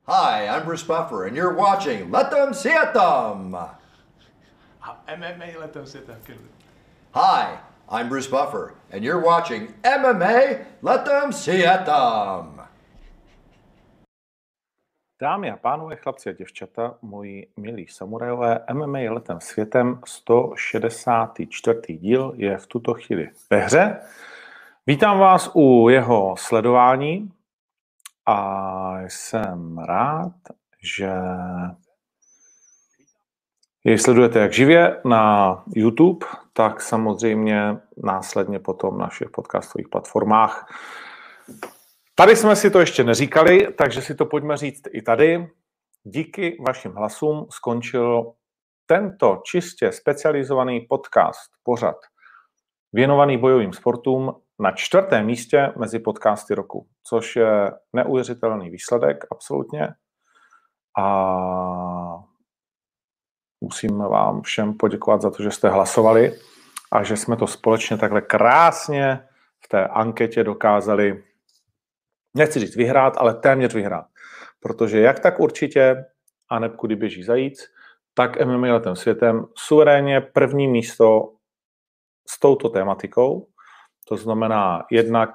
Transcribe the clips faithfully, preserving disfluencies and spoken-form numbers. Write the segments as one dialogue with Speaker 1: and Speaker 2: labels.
Speaker 1: Hi, I'm Bruce Buffer, and you're watching Let Them See It Them!
Speaker 2: M M A Let Them See It Them.
Speaker 1: Hi, I'm Bruce Buffer, and you're watching M M A Let Them See It Them!
Speaker 3: Dámy a pánové, chlapci a děvčata, moji milí samurajové, M M A letem světem, sto šedesátý čtvrtý díl je v tuto chvíli ve hře. Vítám vás u jeho sledování a jsem rád, že jej sledujete jak živě na YouTube, tak samozřejmě následně potom na všech podcastových platformách. Tady jsme si to ještě neříkali, takže si to pojďme říct i tady. Díky vašim hlasům skončil tento čistě specializovaný podcast, pořad věnovaný bojovým sportům na čtvrtém místě mezi podcasty roku, což je neuvěřitelný výsledek, absolutně. A musím vám všem poděkovat za to, že jste hlasovali a že jsme to společně takhle krásně v té anketě dokázali, nechci říct vyhrát, ale téměř vyhrát. Protože jak tak určitě, a neb kudy běží zajíc, tak M M A letem světem suverénně první místo s touto tématikou. To znamená jednak,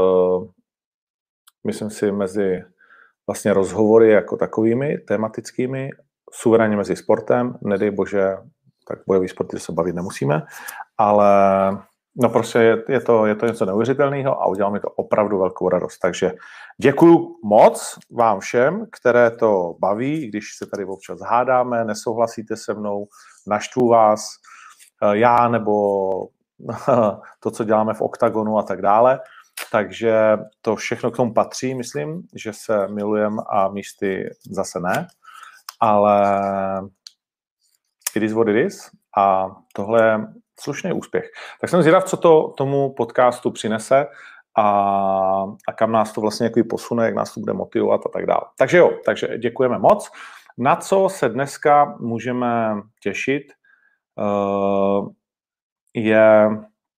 Speaker 3: myslím si, mezi vlastně rozhovory jako takovými, tematickými, suverénně mezi sportem, nedej bože, tak bojový sporty se bavit nemusíme, ale no prostě je, je, to, je to něco neuvěřitelného a udělal mi to opravdu velkou radost. Takže děkuju moc vám všem, které to baví, když se tady občas hádáme, nesouhlasíte se mnou, naštvu vás, já nebo to, co děláme v oktagonu a tak dále. Takže to všechno k tomu patří, myslím, že se milujeme a místy zase ne, ale it is what it is a tohle je slušný úspěch. Tak jsem zvědav, co to tomu podcastu přinese a, a kam nás to vlastně jako posune, jak nás to bude motivovat a tak dále. Takže jo, takže děkujeme moc. Na co se dneska můžeme těšit, uh, je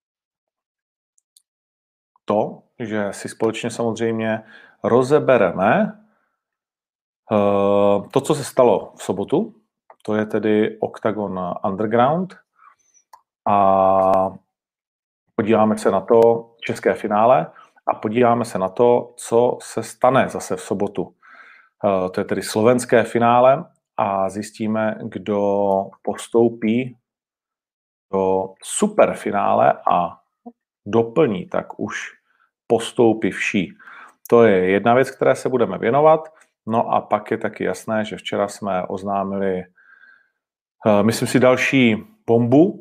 Speaker 3: to, že si společně samozřejmě rozebereme uh, to, co se stalo v sobotu. To je tedy Octagon Underground. A podíváme se na to české finále a podíváme se na to, co se stane zase v sobotu. To je tedy slovenské finále a zjistíme, kdo postoupí do superfinále a doplní tak už postoupivší. To je jedna věc, které se budeme věnovat. No a pak je taky jasné, že včera jsme oznámili, myslím si, další bombu,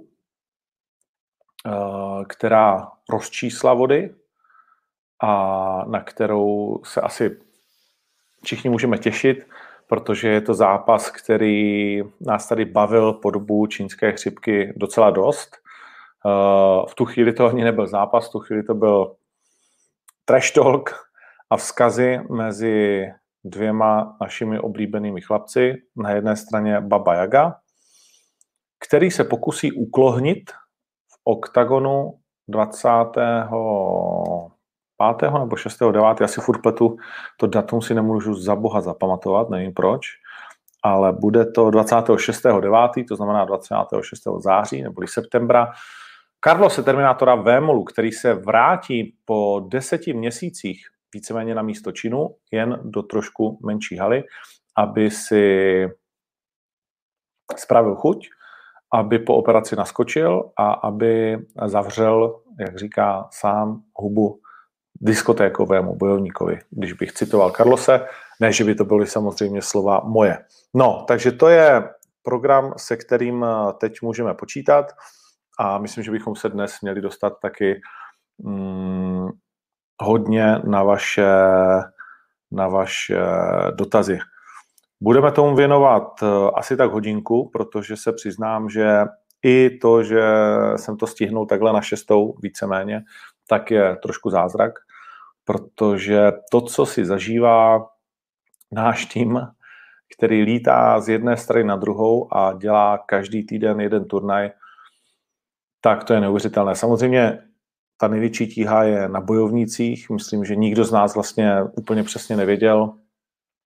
Speaker 3: která rozčísla vody a na kterou se asi všichni můžeme těšit, protože je to zápas, který nás tady bavil po dobu čínské chřipky docela dost. V tu chvíli to ani nebyl zápas, v tu chvíli to byl trash talk a vzkazy mezi dvěma našimi oblíbenými chlapci. Na jedné straně Baba Yaga, který se pokusí uklohnit Oktagonu dvacátého pátého nebo šestého devátého Já si furt pletu, to datum si nemůžu za boha zapamatovat, nevím proč, ale bude to dvacátého šestého devátého to znamená dvacátého šestého září nebo septembra. Carlose Terminátora Vémolu, který se vrátí po deseti měsících víceméně na místo činu, jen do trošku menší haly, aby si spravil chuť, aby po operaci naskočil a aby zavřel, jak říká sám, hubu diskotékovému bojovníkovi, když bych citoval Carlose, ne, že by to byly samozřejmě slova moje. No, takže to je program, se kterým teď můžeme počítat a myslím, že bychom se dnes měli dostat taky hmm, hodně na vaše, na vaše dotazy. Budeme tomu věnovat asi tak hodinku, protože se přiznám, že i to, že jsem to stihnul takhle na šestou víceméně, tak je trošku zázrak, protože to, co si zažívá náš tým, který lítá z jedné strany na druhou a dělá každý týden jeden turnaj, tak to je neuvěřitelné. Samozřejmě ta největší tíha je na bojovnících. Myslím, že nikdo z nás vlastně úplně přesně nevěděl,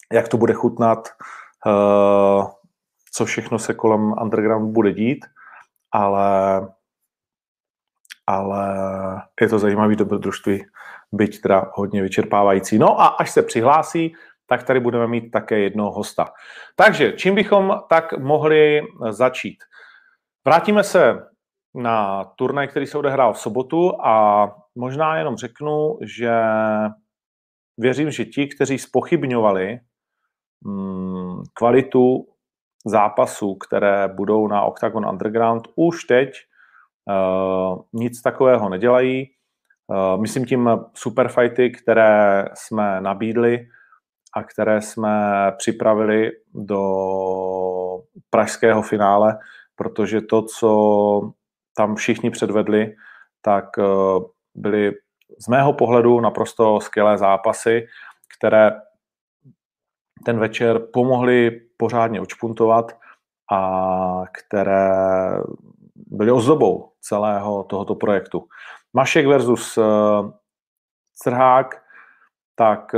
Speaker 3: jak to bude chutnat, uh, co všechno se kolem undergroundu bude dít, ale, ale je to zajímavý dobrodružství, byť teda hodně vyčerpávající. No a až se přihlásí, tak tady budeme mít také jednoho hosta. Takže čím bychom tak mohli začít? Vrátíme se na turnaj, který se odehrál v sobotu a možná jenom řeknu, že věřím, že ti, kteří zpochybňovali hmm, kvalitu zápasů, které budou na Octagon Underground, už teď uh, nic takového nedělají. Uh, myslím tím superfighty, které jsme nabídli a které jsme připravili do pražského finále, protože to, co tam všichni předvedli, tak byly z mého pohledu naprosto skvělé zápasy, které ten večer pomohly pořádně odšpuntovat a které byly ozdobou celého tohoto projektu. Mašek versus Crhák, tak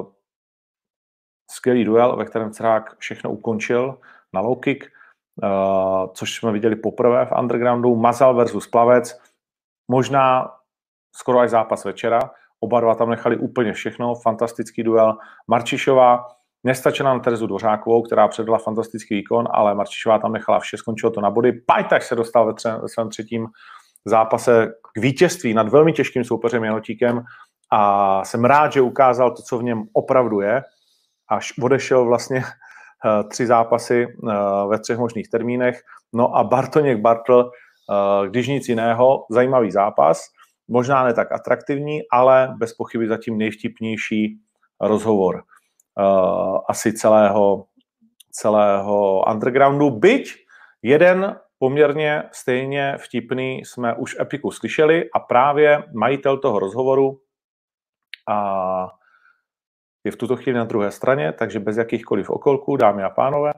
Speaker 3: skvělý duel, ve kterém Crhák všechno ukončil na low kick, Uh, což jsme viděli poprvé v undergroundu. Mazal versus Plavec, možná skoro až zápas večera. Oba dva tam nechali úplně všechno, fantastický duel. Marčišová nestačila na Terezu Dvořákovou, která předvedla fantastický výkon, ale Marčišová tam nechala vše, skončilo to na body. Pajtaš se dostal ve, tře- ve svém třetím zápase k vítězství nad velmi těžkým soupeřem Janotíkem a jsem rád, že ukázal to, co v něm opravdu je, až odešel vlastně tři zápasy ve třech možných termínech. No a Bartoněk Bartl, když nic jiného, zajímavý zápas, možná ne tak atraktivní, ale bez pochyby zatím nejvtipnější rozhovor asi celého, celého undergroundu. Byť jeden poměrně stejně vtipný jsme už v Epiku slyšeli a právě majitel toho rozhovoru a je v tuto chvíli na druhé straně, takže bez jakýchkoliv okolků, dámy a pánové.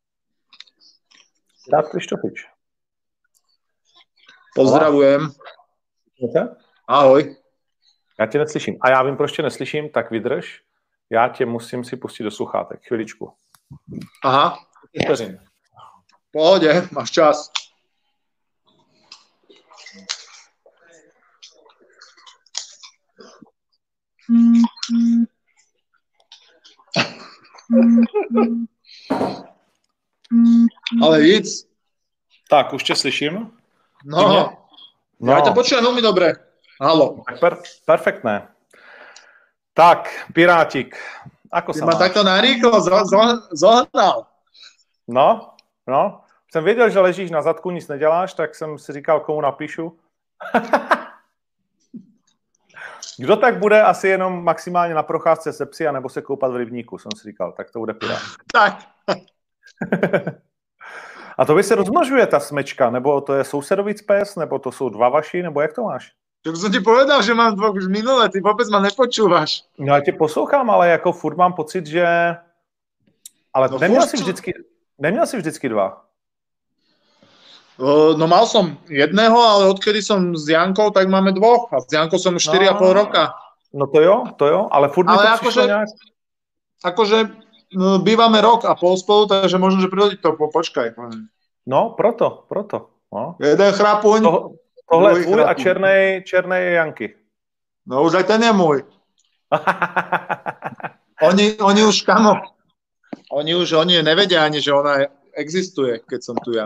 Speaker 3: Dát Krištofič.
Speaker 4: Pozdravujem. Ahoj.
Speaker 3: Já tě neslyším. A já vím, proč tě neslyším, tak vydrž. Já tě musím si pustit do sluchátek. Chviličku.
Speaker 4: Aha.
Speaker 3: Vteřin.
Speaker 4: Pohodě, máš čas. Ale víc.
Speaker 3: Tak, už tě slyším.
Speaker 4: No, no. Já tě počujem velmi dobré. Halo.
Speaker 3: Tak per, perfektné. Tak, Pirátik, ako sa
Speaker 4: máš? Ty ma takto narýchlo zohnal.
Speaker 3: No, no. Jsem věděl, že ležíš na zadku, nic neděláš, tak jsem si říkal, komu napíšu. Kdo tak bude asi jenom maximálně na procházce se psy, anebo se koupat v rybníku, jsem si říkal, tak to bude Pirát.
Speaker 4: Tak.
Speaker 3: A to vy se rozmnožuje ta smečka, nebo to je sousedovic pes, nebo to jsou dva vaši, nebo jak to máš?
Speaker 4: Tak som ti povedal, že mám dvoch už minule, ty vôbec ma nepočúvaš.
Speaker 3: No já tě poslouchám, ale jako furt mám pocit, že... Ale no neměl, furt... si vždycky... neměl si vždycky dva.
Speaker 4: No mal som jedného, ale odkedy som s Jankou, tak máme dvoch. A s Jankou som už štyri a pol roka.
Speaker 3: No to jo, to jo, ale furt mi
Speaker 4: ale
Speaker 3: to
Speaker 4: akože,
Speaker 3: přišlo nějak...
Speaker 4: Akože no, bývame rok a pol spolu, takže možno, že príde to po, počkaj.
Speaker 3: No, proto, proto. No.
Speaker 4: Jeden chrapuň.
Speaker 3: To, tohle je tvůj a černej, černej je Janky.
Speaker 4: No už aj ten je môj. oni, oni už, kamo, oni už oni nevedia ani, že ona existuje, keď som tu ja.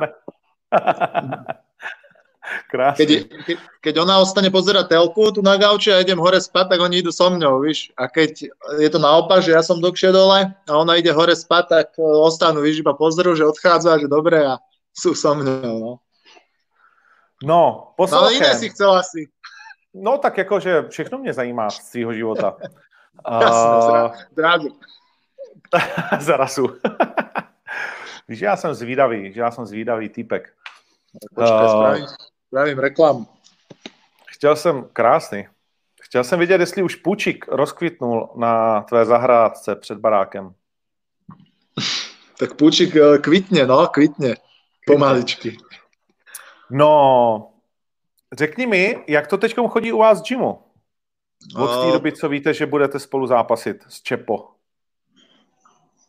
Speaker 3: Krásne.
Speaker 4: Keď, ke, keď ona ostane pozerať telku tu na gauči a idem hore spať, tak oni idú so mňou, víš. A keď je to naopak, že ja som dlhšie dole a ona ide hore spať, tak ostanú, víš, iba pozerú, že odchádza, že dobre a sú so mňou, no.
Speaker 3: No, poslouchem.
Speaker 4: No, ale iné si chcel asi.
Speaker 3: No, tak jakože všechno mě zajímá z svýho života.
Speaker 4: Jasne, uh... zrazu.
Speaker 3: Zarazu. Víš, že já jsem zvídavý, že já jsem zvídavý týpek.
Speaker 4: Počkej, spravím, spravím reklamu.
Speaker 3: Chtěl jsem, krásný, chtěl jsem vidět, jestli už půčik rozkvitnul na tvé zahrádce před barákem.
Speaker 4: Tak půčik kvitne, no, kvitne. Pomaličky.
Speaker 3: No, řekni mi, jak to teďkom chodí u vás v gymu? Od té doby, co víte, že budete spolu zápasit s Čepo.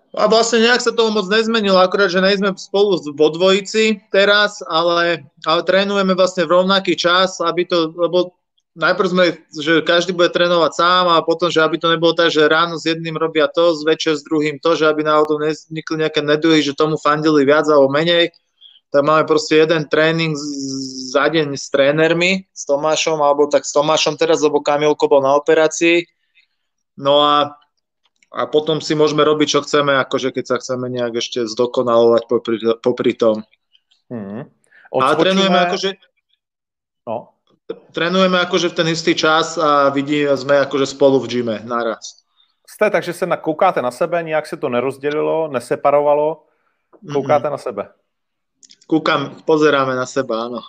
Speaker 4: A vlastne nejak sa toho moc nezmenilo, akorát, že nejsme spolu vo dvojici teraz, ale, ale trénujeme vlastne v rovnaký čas, aby to, lebo najprv sme, že každý bude trénovať sám a potom, že aby to nebolo tak, že ráno s jedným robia to, z večer s druhým to, že aby náhodou nevznikli nejaké neduhy, že tomu fandili viac alebo menej, tak máme proste jeden tréning za deň s trénermi, s Tomášom, alebo tak s Tomášom teraz, lebo Kamilko bol na operácii. No a A potom si môžeme robiť, čo chceme, akože keď sa chceme nejak ešte zdokonalovať popri, popri tom.
Speaker 3: Hmm.
Speaker 4: Ale trénujeme akože,
Speaker 3: no.
Speaker 4: trénujeme akože v ten istý čas a vidíme, sme akože spolu v gyme naraz.
Speaker 3: Jste, takže se koukáte na sebe, nějak se to nerozdělilo, neseparovalo, koukáte mm-hmm. na sebe.
Speaker 4: Koukám, pozeráme na seba, áno.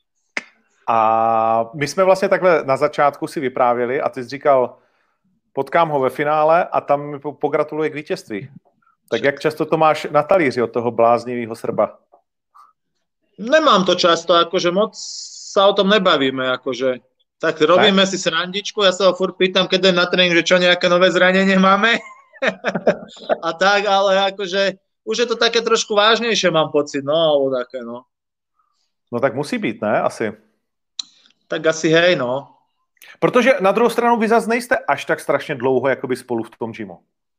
Speaker 3: A my jsme vlastně takhle na začátku si vyprávěli a ty jsi říkal, potkám ho ve finále a tam mi pogratuluje k vítězství. Tak jak často to máš na talíři od toho bláznivého Srba?
Speaker 4: Nemám to často, akože moc sa o tom nebavíme, akože. Tak robíme tak si srandičku, ja sa ho furt pýtam, keď je na tréning, že čo nejaké nové zranenie máme. A tak, ale akože už je to také trošku vážnejšie, mám pocit, no, alebo také, no.
Speaker 3: No tak musí být, ne? Asi.
Speaker 4: Tak asi hej, no.
Speaker 3: Protože na druhou stranu vy zase nejste až tak strašně dlouho jakoby spolu v tom gymu.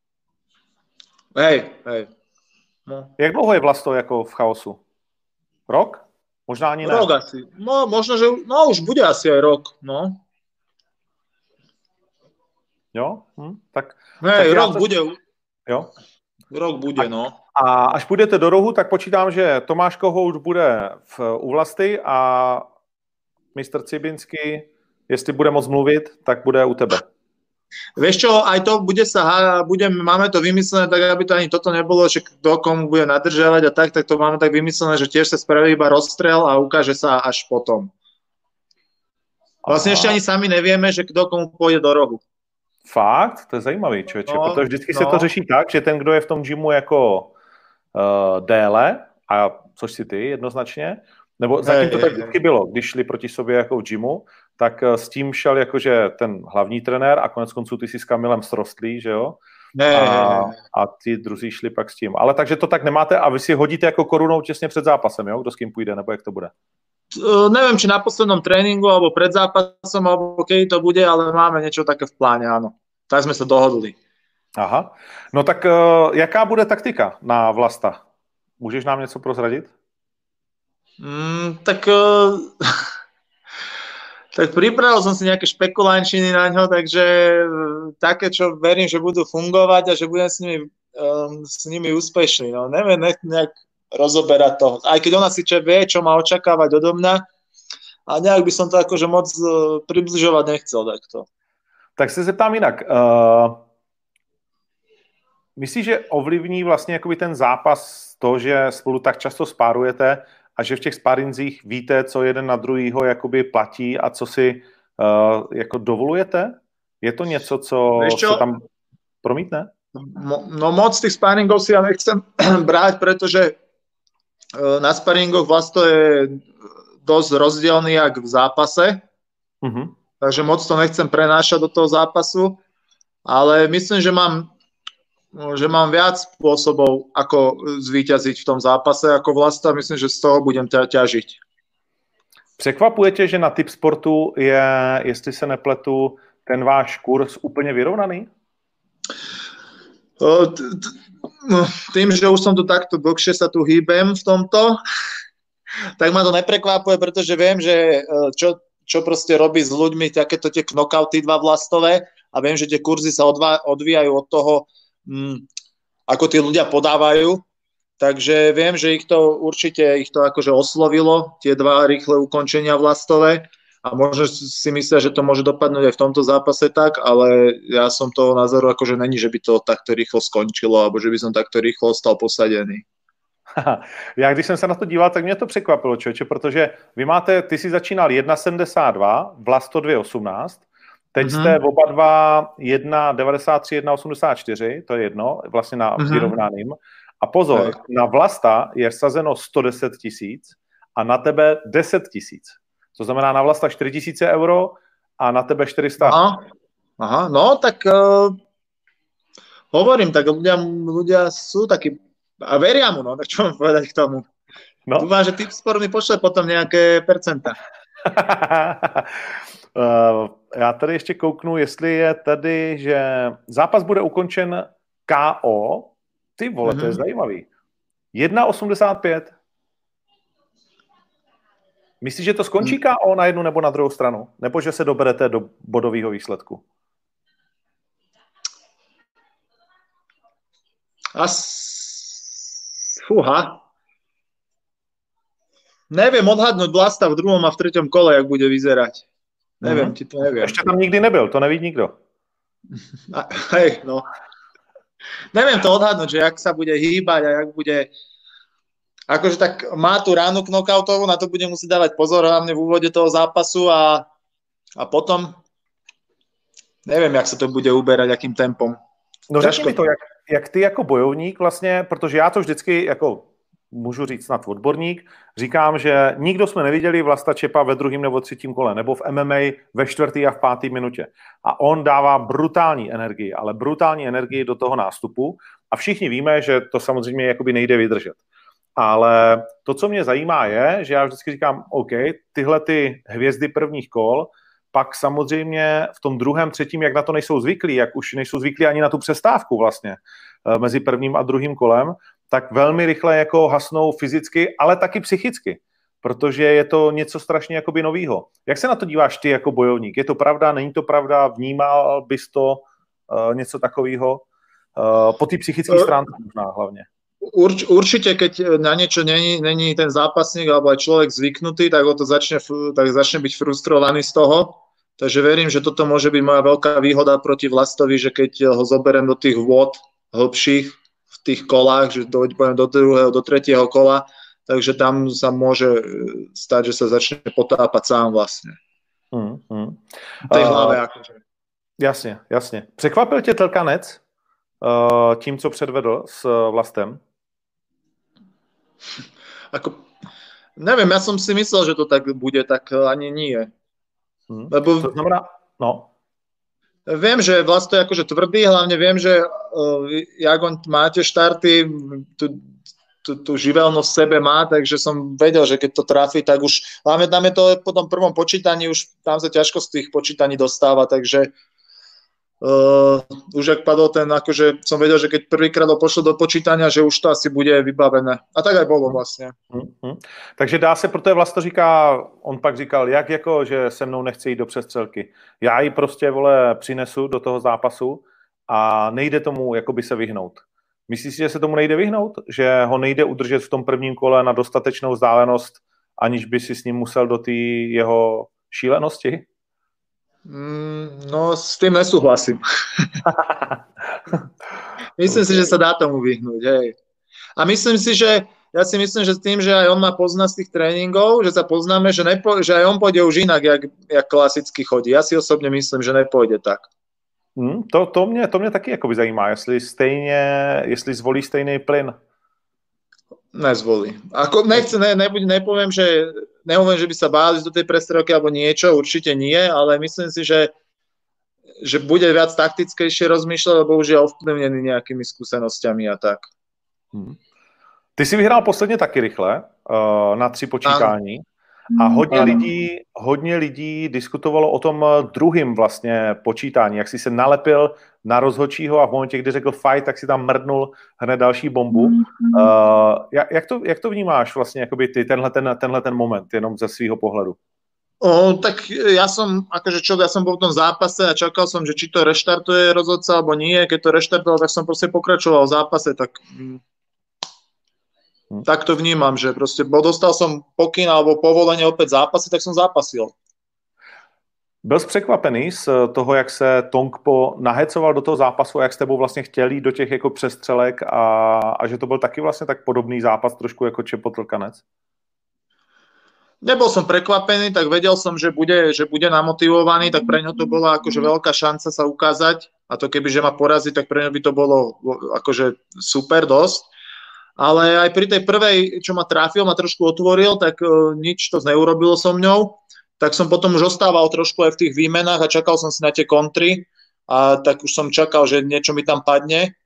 Speaker 4: Hej, hej. No.
Speaker 3: Jak dlouho je Vlasto jako v chaosu? Rok? Možná ani ne.
Speaker 4: Rok asi. No, možno, že no, už bude asi aj rok, no.
Speaker 3: Jo? Hm, tak,
Speaker 4: hej,
Speaker 3: tak
Speaker 4: rok
Speaker 3: to...
Speaker 4: bude.
Speaker 3: Jo?
Speaker 4: Rok bude, no.
Speaker 3: A až půjdete do rohu, tak počítám, že Tomáš Kohouč bude v, u Vlasty a mistr Cibinsky, jestli bude moc mluvit, tak bude u tebe.
Speaker 4: Vieš čo, aj to bude sa, budem, máme to vymyslené tak, aby to ani toto nebolo, že kto komu bude nadržávať a tak, tak to máme tak vymyslené, že tiež sa spraví iba rozstrel a ukáže sa až potom. Vlastne Aha. ešte ani sami nevieme, že kto komu pôjde do rohu.
Speaker 3: Fakt? To je zajímavý, člověče, no, protože vždycky no. se to řeší tak, že ten, kdo je v tom gymu jako uh, déle, a což si ty jednoznačně, nebo zatím to tak vždycky bylo, když šli proti sobě jako v gymu, tak s tím šel jakože ten hlavní trenér a konec konců ty si s Kamilem srostlý, že jo?
Speaker 4: Ne,
Speaker 3: a,
Speaker 4: ne, ne.
Speaker 3: a ty druzí šli pak s tím. Ale takže to tak nemáte a vy si hodíte jako korunou těsně před zápasem, jo? Kdo s kým půjde, nebo jak to bude?
Speaker 4: Uh, neviem, či na poslednom tréningu, alebo pred zápasom, alebo kedy to bude, ale máme niečo také v pláne, áno. Tak sme sa dohodli.
Speaker 3: Aha. No tak uh, jaká bude taktika na Vlasta? Můžeš nám něco prozradit?
Speaker 4: Mm, tak... Uh... Tak pripravil som si nejaké špekulančiny na ňo, takže také, čo verím, že budú fungovať a že budem s nimi, um, s nimi úspešný. No, neviem ne, nejak rozoberať to. Aj keď ona si čo vie, čo má očakávať odo mňa, a nejak by som to akože moc uh, približovať nechcel takto.
Speaker 3: Tak se zeptám jinak. Uh, myslíš, že ovlivní vlastně jakoby ten zápas to, že spolu tak často spárujete, a že v těch sparinzích víte, co jeden na druhýho jakoby platí a co si uh, jako dovolujete? Je to něco, co se tam promítne?
Speaker 4: No, no moc tých sparingov si ja nechcem brať, pretože uh, na sparingoch Vlasto je dosť rozdielný jak v zápase, uh-huh. takže moc to nechcem prenášať do toho zápasu, ale myslím, že mám že mám viac spôsobov, ako zvíťaziť v tom zápase ako Vlasta. Myslím, že z toho budem ťažiť.
Speaker 3: Překvapuje tě, že na typ sportu je, jestli se nepletu, ten váš kurz úplně vyrovnaný?
Speaker 4: Tým, že už som tu takto dlhšie sa tu hýbem v tomto, tak ma to neprekvapuje, pretože viem, že čo, čo proste robí s ľuďmi takéto tie knockouty dva Vlastové a viem, že tie kurzy sa odva, odvíjajú od toho, Mm, ako tí ľudia podávajú, takže viem, že ich to určite ich to akože oslovilo, tie dva rýchle ukončenia Vlastové a možno si myslia, že to môže dopadnúť aj v tomto zápase tak, ale ja som toho názoru, akože není, že by to takto rýchlo skončilo, alebo že by som takto rýchlo ostal posadený.
Speaker 3: Já když jsem se na to díval, tak mě to překvapilo, člověče, protože vy máte, ty si začínal jedna sedmdesát dva, Vlasto dvě osmnáct, teď mm-hmm. jste oba dva jedna devadesát tři, jedna osmdesát čtyři, to je jedno, vlastně na mm-hmm. vyrovnaným. A pozor, Hej. na Vlasta je vsazeno sto deset tisíc a na tebe deset tisíc. To znamená na Vlasta čtyři tisíce euro a na tebe čtyři sta.
Speaker 4: Aha, Aha. no tak uh, Hovorím, tak ľudia, ľudia sú takí, a veria mu, no, tak čo mám povedať k tomu?
Speaker 3: No.
Speaker 4: Dúfam, že Tipsport mi pošle potom nejaké percenta.
Speaker 3: uh, já tady ještě kouknu, jestli je tady, že zápas bude ukončen ká ó. Ty vole, mm-hmm. to je zajímavý. jedna osmdesát pět. Myslíš, že to skončí ká ó na jednu nebo na druhou stranu? Nebo že se doberete do bodového výsledku?
Speaker 4: As... Fúha. Neviem odhadnúť Vlasta v druhom a v treťom kole, jak bude vyzerať. Neviem, mm-hmm. ti to neviem.
Speaker 3: Ešte tam nikdy nebyl, to neví nikto.
Speaker 4: A, hej, no. Neviem to odhadnúť, že jak sa bude hýbať a jak bude... Akože tak má tú ránu knockoutovú, na to bude musieť dávať pozor, hlavne v úvode toho zápasu a, a potom neviem, jak sa to bude uberať, akým tempom.
Speaker 3: No řekni mi to, jak, jak ty jako bojovník vlastně, protože já to vždycky jako můžu říct snad odborník, říkám, že nikdo jsme neviděli Vlasta Čepa ve druhém nebo třetím kole, nebo v em em á ve čtvrtý a v pátý minutě. A on dává brutální energii, ale brutální energii do toho nástupu a všichni víme, že to samozřejmě jakoby nejde vydržet. Ale to, co mě zajímá, je, že já vždycky říkám, OK, tyhle ty hvězdy prvních kol, pak samozřejmě v tom druhém, třetím, jak na to nejsou zvyklí, jak už nejsou zvyklí ani na tu přestávku vlastně mezi prvním a druhým kolem, tak velmi rychle jako hasnou fyzicky, ale taky psychicky, protože je to něco strašně jakoby novýho. Jak se na to díváš ty jako bojovník? Je to pravda, není to pravda? Vnímal bys to uh, něco takového? Uh, po té psychické stránce možná hlavně.
Speaker 4: Urč, určite, keď na niečo není, není ten zápasník alebo aj človek zvyknutý, tak ho to začne, tak začne byť frustrovaný z toho. Takže verím, že toto môže byť moja veľká výhoda proti Vlastovi, že keď ho zoberiem do tých vôd hlbších v tých kolách, že to poviem do druhého, do tretieho kola, takže tam sa môže stať, že sa začne potápať sám vlastne.
Speaker 3: Hmm, hmm.
Speaker 4: V tej hlave uh, akože.
Speaker 3: Jasně, jasně. Překvapil tě Tlkanec uh, tím, co předvedl s Vlastem?
Speaker 4: Ako, neviem, ja som si myslel, že to tak bude, tak ani nie.
Speaker 3: Hmm. Lebo, to znamená, no.
Speaker 4: Viem, že Vlast to je akože tvrdý, hlavne viem, že uh, jak on máte štarty, tú, tú, tú živelnosť v sebe má, takže som vedel, že keď to trafí, tak už, hlavne tam je to po tom prvom počítaní, už tam sa ťažko z tých počítaní dostáva, takže Uh, už ak padol ten, akože som vedel, že keď prvýkrát ho pošlo do počítania, že už to asi bude vybavené. A tak aj bolo vlastně.
Speaker 3: Hmm, hmm. Takže dá se, protože Vlasto říká, on pak říkal, jak jako, že se mnou nechce jít do přestřelky. Já ji prostě, vole, přinesu do toho zápasu a nejde tomu jakoby se vyhnout. Myslíš si, že se tomu nejde vyhnout? Že ho nejde udržet v tom prvním kole na dostatečnou vzdálenost, aniž by si s ním musel do té jeho šílenosti?
Speaker 4: Mm, no, s tým nesúhlasím. Myslím okay. si, že sa dá tomu vyhnúť, hej. A myslím si, že ja si myslím, že s tým, že aj on má pozná z tých tréningov, že sa poznáme, že, nepo, že aj on pôjde už inak, jak, jak klasicky chodí. Ja si osobne myslím, že nepôjde tak.
Speaker 3: Hmm, to, to, mě, to mě taky jakoby zajímá, jestli stejně, jestli zvolí stejný plyn.
Speaker 4: Nezvolí. Ako, nechce, ne, nebuď, nepoviem, že nehoviem, že by sa báli do tej prestrelky alebo niečo, určite nie, ale myslím si, že, že bude viac taktickejšie rozmýšľať, lebo už je ovplyvnený nejakými skúsenosťami a tak.
Speaker 3: Hmm. Ty si vyhrál posledně taky rychle uh, na tři počítání a hodně ano. lidí, hodně lidí diskutovalo o tom druhým vlastně počítání, jak si se nalepil na rozhodčího a v momentě, kdy řekl fight, tak si tam mrdnul hned další bombu. Mm-hmm. Uh, jak, jak, to, jak to vnímáš vlastně jakoby ty, tenhle, ten, tenhle ten moment, jenom ze svýho pohledu?
Speaker 4: O, tak ja som, akože čo, ja som bol v tom zápase a čakal som, že či to reštartuje rozhodca alebo nie. Keď to reštartoval, tak som proste pokračoval v zápase, tak hm, hm. tak to vnímam, že proste dostal som pokyn alebo povolenie opäť zápasy, tak som zápasil.
Speaker 3: Byl jsi překvapený z toho, jak se Tongpo nahecoval do toho zápasu a jak s tebou vlastně chtěl jít do těch jako přestřelek a, a že to byl taky vlastně tak podobný zápas trošku jako Čepo Tlkanec?
Speaker 4: Nebol som prekvapený, tak vedel som, že bude, že bude namotivovaný, tak pre ňo to bola akože veľká šanca sa ukázať a to keby, že ma porazí, tak pre ňo by to bolo akože super dosť. Ale aj pri tej prvej, čo ma trafil, ma trošku otvoril, tak uh, nič to neurobilo so mňou. Tak som potom už ostával trošku aj v tých výmenách a čakal som si na tie kontry a tak už som čakal, že niečo mi tam padne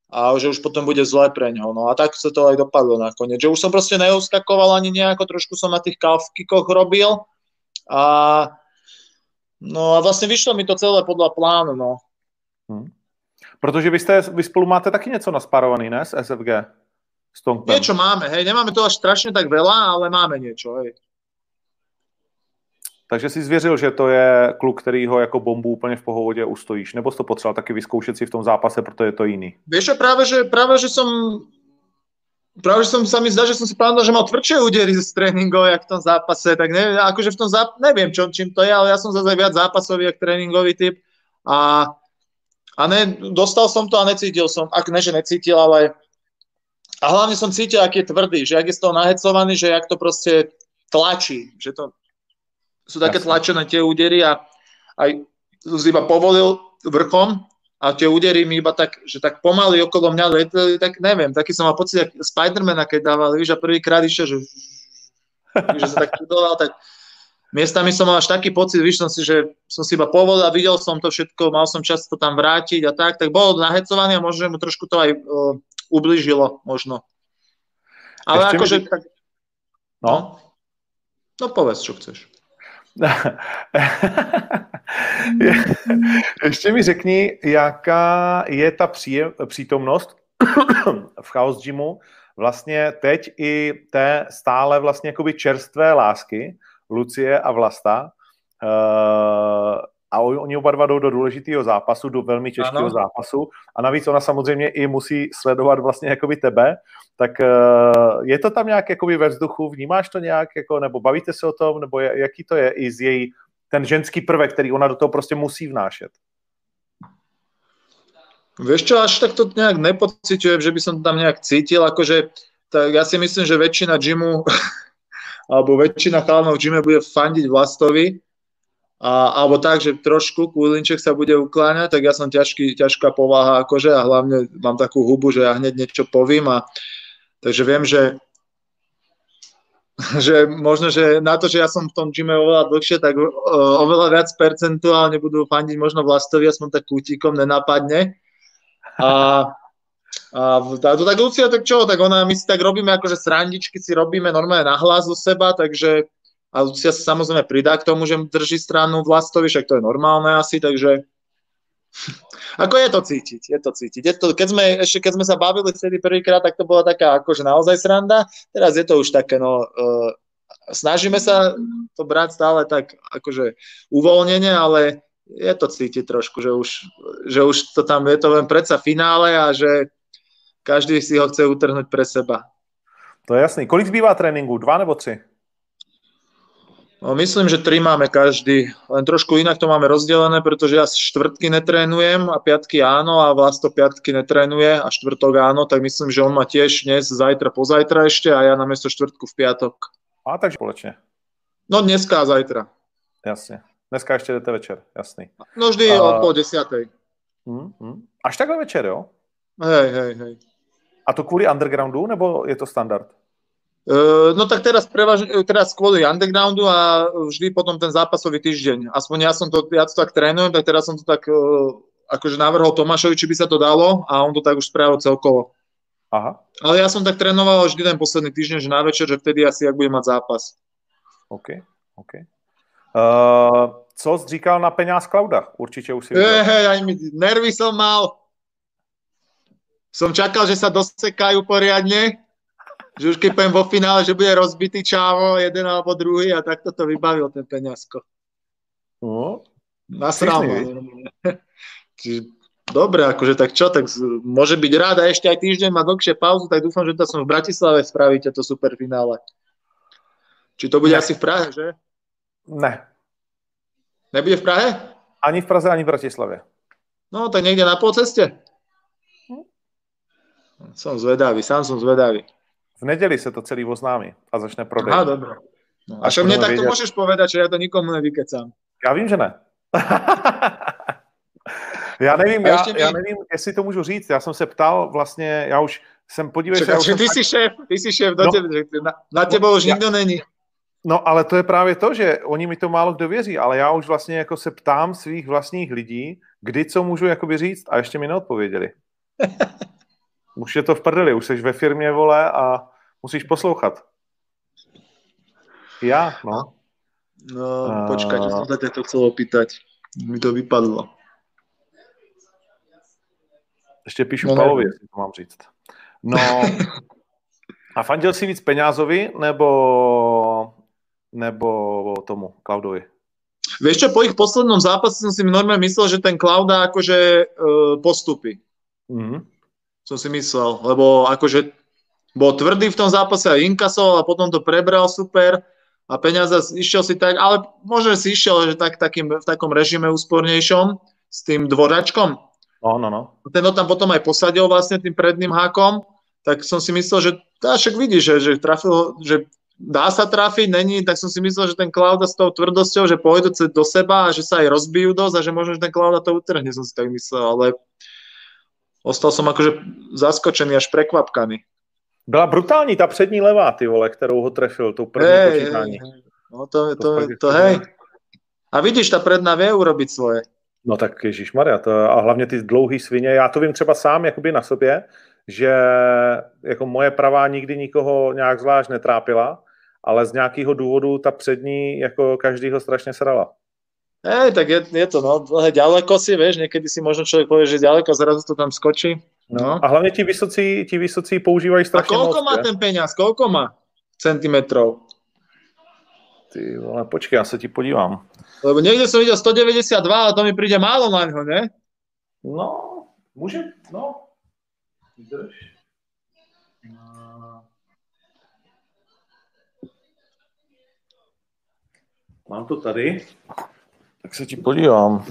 Speaker 4: a že už potom bude zlé pre ňo. No a tak sa to aj dopadlo nakoniec. Že už som proste neuskakoval ani nejako, trošku som na tých calf kickoch robil a no a vlastne vyšlo mi to celé podľa plánu, no.
Speaker 3: Hmm. Protože vy, jste, vy spolu máte taky něco naspárovaný, ne? S S F G? S Tongpem.
Speaker 4: Niečo máme, hej. Nemáme to až strašne tak veľa, ale máme niečo, hej.
Speaker 3: Takže si zvěřil, že to je kluk, který ho jako bombu úplně v pohodě ustojíš, nebo jsi to potřeboval taky vyzkoušet si v tom zápase, protože je to jiný?
Speaker 4: Vieš čo, práve, že, práve, že som práve, že som sa mi zdá, že som si pamätal, že mal tvrdšie údery z tréningov, jak v tom zápase, tak neviem, akože v tom zápase, neviem, čo, čím to je, ale ja som zase viac zápasový, jak tréningový typ a, a ne, dostal som to a necítil som, ak ne, že necítil, ale a hlavne som cítil, aký je tvrdý, že jak je z toho nahecovaný, že jak to proste tlačí, že to sú také tlačené tie údery a aj som si iba povolil vrchom a tie údery mi iba tak, že tak pomaly okolo mňa leteli, tak neviem, taký som mal pocit, jak Spidermana, keď dával, víš, a prvýkrát išiel, že, že sa tak čudoval, tak miestami som mal až taký pocit, víš, som si, že som si iba povolil a videl som to všetko, mal som čas to tam vrátiť a tak, tak bol nahecovaný a možno, že mu trošku to aj uh, ublížilo, možno. Ale akože...
Speaker 3: Mi...
Speaker 4: Tak...
Speaker 3: No?
Speaker 4: No povedz, čo chceš.
Speaker 3: Ještě mi řekni, jaká je ta příjem, přítomnost v Chaos Gymu vlastně teď i té stále vlastně jakoby čerstvé lásky Lucie a Vlasta. Uh, a oni oba dva jdou do důležitého zápasu, do velmi těžkého zápasu a navíc ona samozřejmě i musí sledovat vlastně jakoby tebe, tak uh, je to tam nějak jakoby ve vzduchu, vnímáš to nějak, jako, nebo bavíte se o tom, nebo jaký to je i z její, ten ženský prvek, který ona do toho prostě musí vnášet?
Speaker 4: Vieš čo, až tak to nejak nepociťujem, že by som to tam nejak cítil, akože tak ja si myslím, že väčšina gymu alebo väčšina chalanov v gyme bude fandiť Vlastovi, A, alebo tak, že trošku Kúlinček sa bude ukláňať, tak ja som ťažký, ťažká povaha akože a hlavne mám takú hubu, že ja hneď niečo povím a takže viem, že že možno, že na to, že ja som v tom gyme oveľa dlhšie, tak o, oveľa viac percentuálne budú fandiť možno Vlastovi, aspoň tak kútikom nenapadne. A, a to tak Lucia, tak čo, tak ona, my si tak robíme akože srandičky, si robíme normálne nahlas do seba, takže a Lucia sa samozrejme pridá k tomu, že drží stranu Vlastovi, však to je normálne asi, takže ako je to cítiť, je to cítiť. Je to, keď sme, ešte keď sme sa bavili vtedy prvýkrát, tak to bola taká akože naozaj sranda, teraz je to už také, no, uh, snažíme sa to brať stále tak akože uvoľnenie, ale je to cítiť trošku, že už, že už to tam je to len predsa finále a že každý si ho chce utrhnúť pre seba.
Speaker 3: To je jasný. Kolik zbývá tréninku? Dva nebo tři?
Speaker 4: No, myslím, že tri máme každý, len trošku inak to máme rozdelené, pretože ja štvrtky netrénujem a piatky áno a Vlasto piatky netrénuje a štvrtok áno, tak myslím, že on má tiež dnes, zajtra, pozajtra ešte a ja namiesto štvrtku v piatok.
Speaker 3: A takže společne.
Speaker 4: No dneska a zajtra.
Speaker 3: Jasne. Dneska ešte jdete večer, jasný.
Speaker 4: No vždy uh, o pol desiatej.
Speaker 3: Hmm, hmm. Až takhle večer, jo?
Speaker 4: Hej, hej, hej.
Speaker 3: A to kvôli undergroundu, nebo je to standard?
Speaker 4: Uh, no tak teraz, prevaž, teraz kvôli undergroundu a vždy potom ten zápasový týždeň. Aspoň ja som to, ja to tak trénujem, tak teraz som to tak uh, akože navrhol Tomášovi, či by sa to dalo a on to tak už spravil celkovo.
Speaker 3: Aha.
Speaker 4: Ale ja som tak trénoval vždy ten posledný týždeň, že na večer, že vtedy asi jak budem mať zápas.
Speaker 3: OK, OK. Uh, co jsi říkal na peňáz Klauda? Určite už si videl.
Speaker 4: Hej, hej, aj mi nervy som mal. Som čakal, že sa dosekajú poriadne. Že už keď poviem vo finále, že bude rozbitý čávo, jeden alebo druhý a takto to vybavil ten peňazko.
Speaker 3: No,
Speaker 4: nasral ma. Dobre, akože tak čo, tak môže byť rád a ešte aj týždeň má dlhšie pauzu, tak dúfam, že to som v Bratislave spravíte to superfinále. Či to bude ne. Asi v Prahe, že?
Speaker 3: Ne.
Speaker 4: Nebude v Prahe?
Speaker 3: Ani v Praze, ani v Bratislave.
Speaker 4: No, tak niekde na polceste? Hm. Som zvedavý, sám som zvedavý.
Speaker 3: V neděli se to celý oznámí a začne prodej.
Speaker 4: Aha, dobré. No, a čo mne takto vědět... môžeš povedať, že ja to nikomu nevykecám.
Speaker 3: Já vím, že ne. já nevím, já, já nevím, jestli to můžu říct. Já jsem se ptal vlastně, já už jsem, podívej se.
Speaker 4: Ty jsi šéf, ty jsi šéf, do no, tebe, na, na tebou už já, nikdo není.
Speaker 3: No, ale to je právě to, že oni mi to málo kdo věří, ale já už vlastně jako se ptám svých vlastních lidí, kdy co můžu jakoby říct a ještě mi neodpověděli. Už je to v prdeli, už jsi ve firmě, vole, a musíš poslouchat. Já, no.
Speaker 4: No,
Speaker 3: A-
Speaker 4: počkaj, čo som sa ťa to chcel opýtať. Mi to vypadlo.
Speaker 3: Ještě píšu
Speaker 4: No,
Speaker 3: Pavlovi,
Speaker 4: nevím.
Speaker 3: jestli to mám říct. No, a fandil si víc Peňázovi, nebo, nebo tomu, Klaudovi?
Speaker 4: Vieš čo, po ich poslednom zápase som si normálne myslel, že ten Klauda akože uh, postupí.
Speaker 3: Mhm.
Speaker 4: Som si myslel, lebo akože bol tvrdý v tom zápase a inkasoval a potom to prebral super a Peňaza išiel si tak, ale možno si išiel že tak, takým, v takom režime úspornejšom s tým dvoračkom.
Speaker 3: No, no, no.
Speaker 4: Ten ho tam potom aj posadil vlastne tým predným hákom, tak som si myslel, že tá, však vidíš, že, že, trafil, že dá sa trafiť, není, tak som si myslel, že ten Klauda s tou tvrdosťou, že pôjdu do seba a že sa aj rozbijú dosť a že možno, že ten Klauda to utrhne, som si tak myslel, ale ostal som akože zaskočený až prekvapkaný.
Speaker 3: Byla brutální ta přední levá, ty vole, kterou ho trefil, tou první
Speaker 4: Hej,
Speaker 3: počítání.
Speaker 4: hej, hej. No to, to,
Speaker 3: To
Speaker 4: to,
Speaker 3: fakt je
Speaker 4: to
Speaker 3: super.
Speaker 4: hej. A vidíš, ta predná vie urobiť svoje.
Speaker 3: No tak ježišmarja, to, a hlavně ty dlouhý svině, já to vím třeba sám jakoby na sobě, že jako moje pravá nikdy nikoho nějak zvlášť netrápila, ale z nějakého důvodu ta přední jako každýho strašně srala.
Speaker 4: Hej, tak je, je to, no, dlhé ďaleko si, vieš, niekedy si možno človek povie, že ďaleko, zrazu to tam skočí. No.
Speaker 3: A hlavně ti vysocí, ti vysocí používají
Speaker 4: A
Speaker 3: strašně moc.
Speaker 4: koľko má
Speaker 3: že?
Speaker 4: ten peňaz? Koľko má centimetrov?
Speaker 3: Ty vole, počkej, já se ti podívám.
Speaker 4: Lebo niekde som videl sto deväťdesiatdva, ale to mi príde málo na ňo, ne?
Speaker 3: No, může, no. Vydrž. Mám to tady. Tak se ti podívám.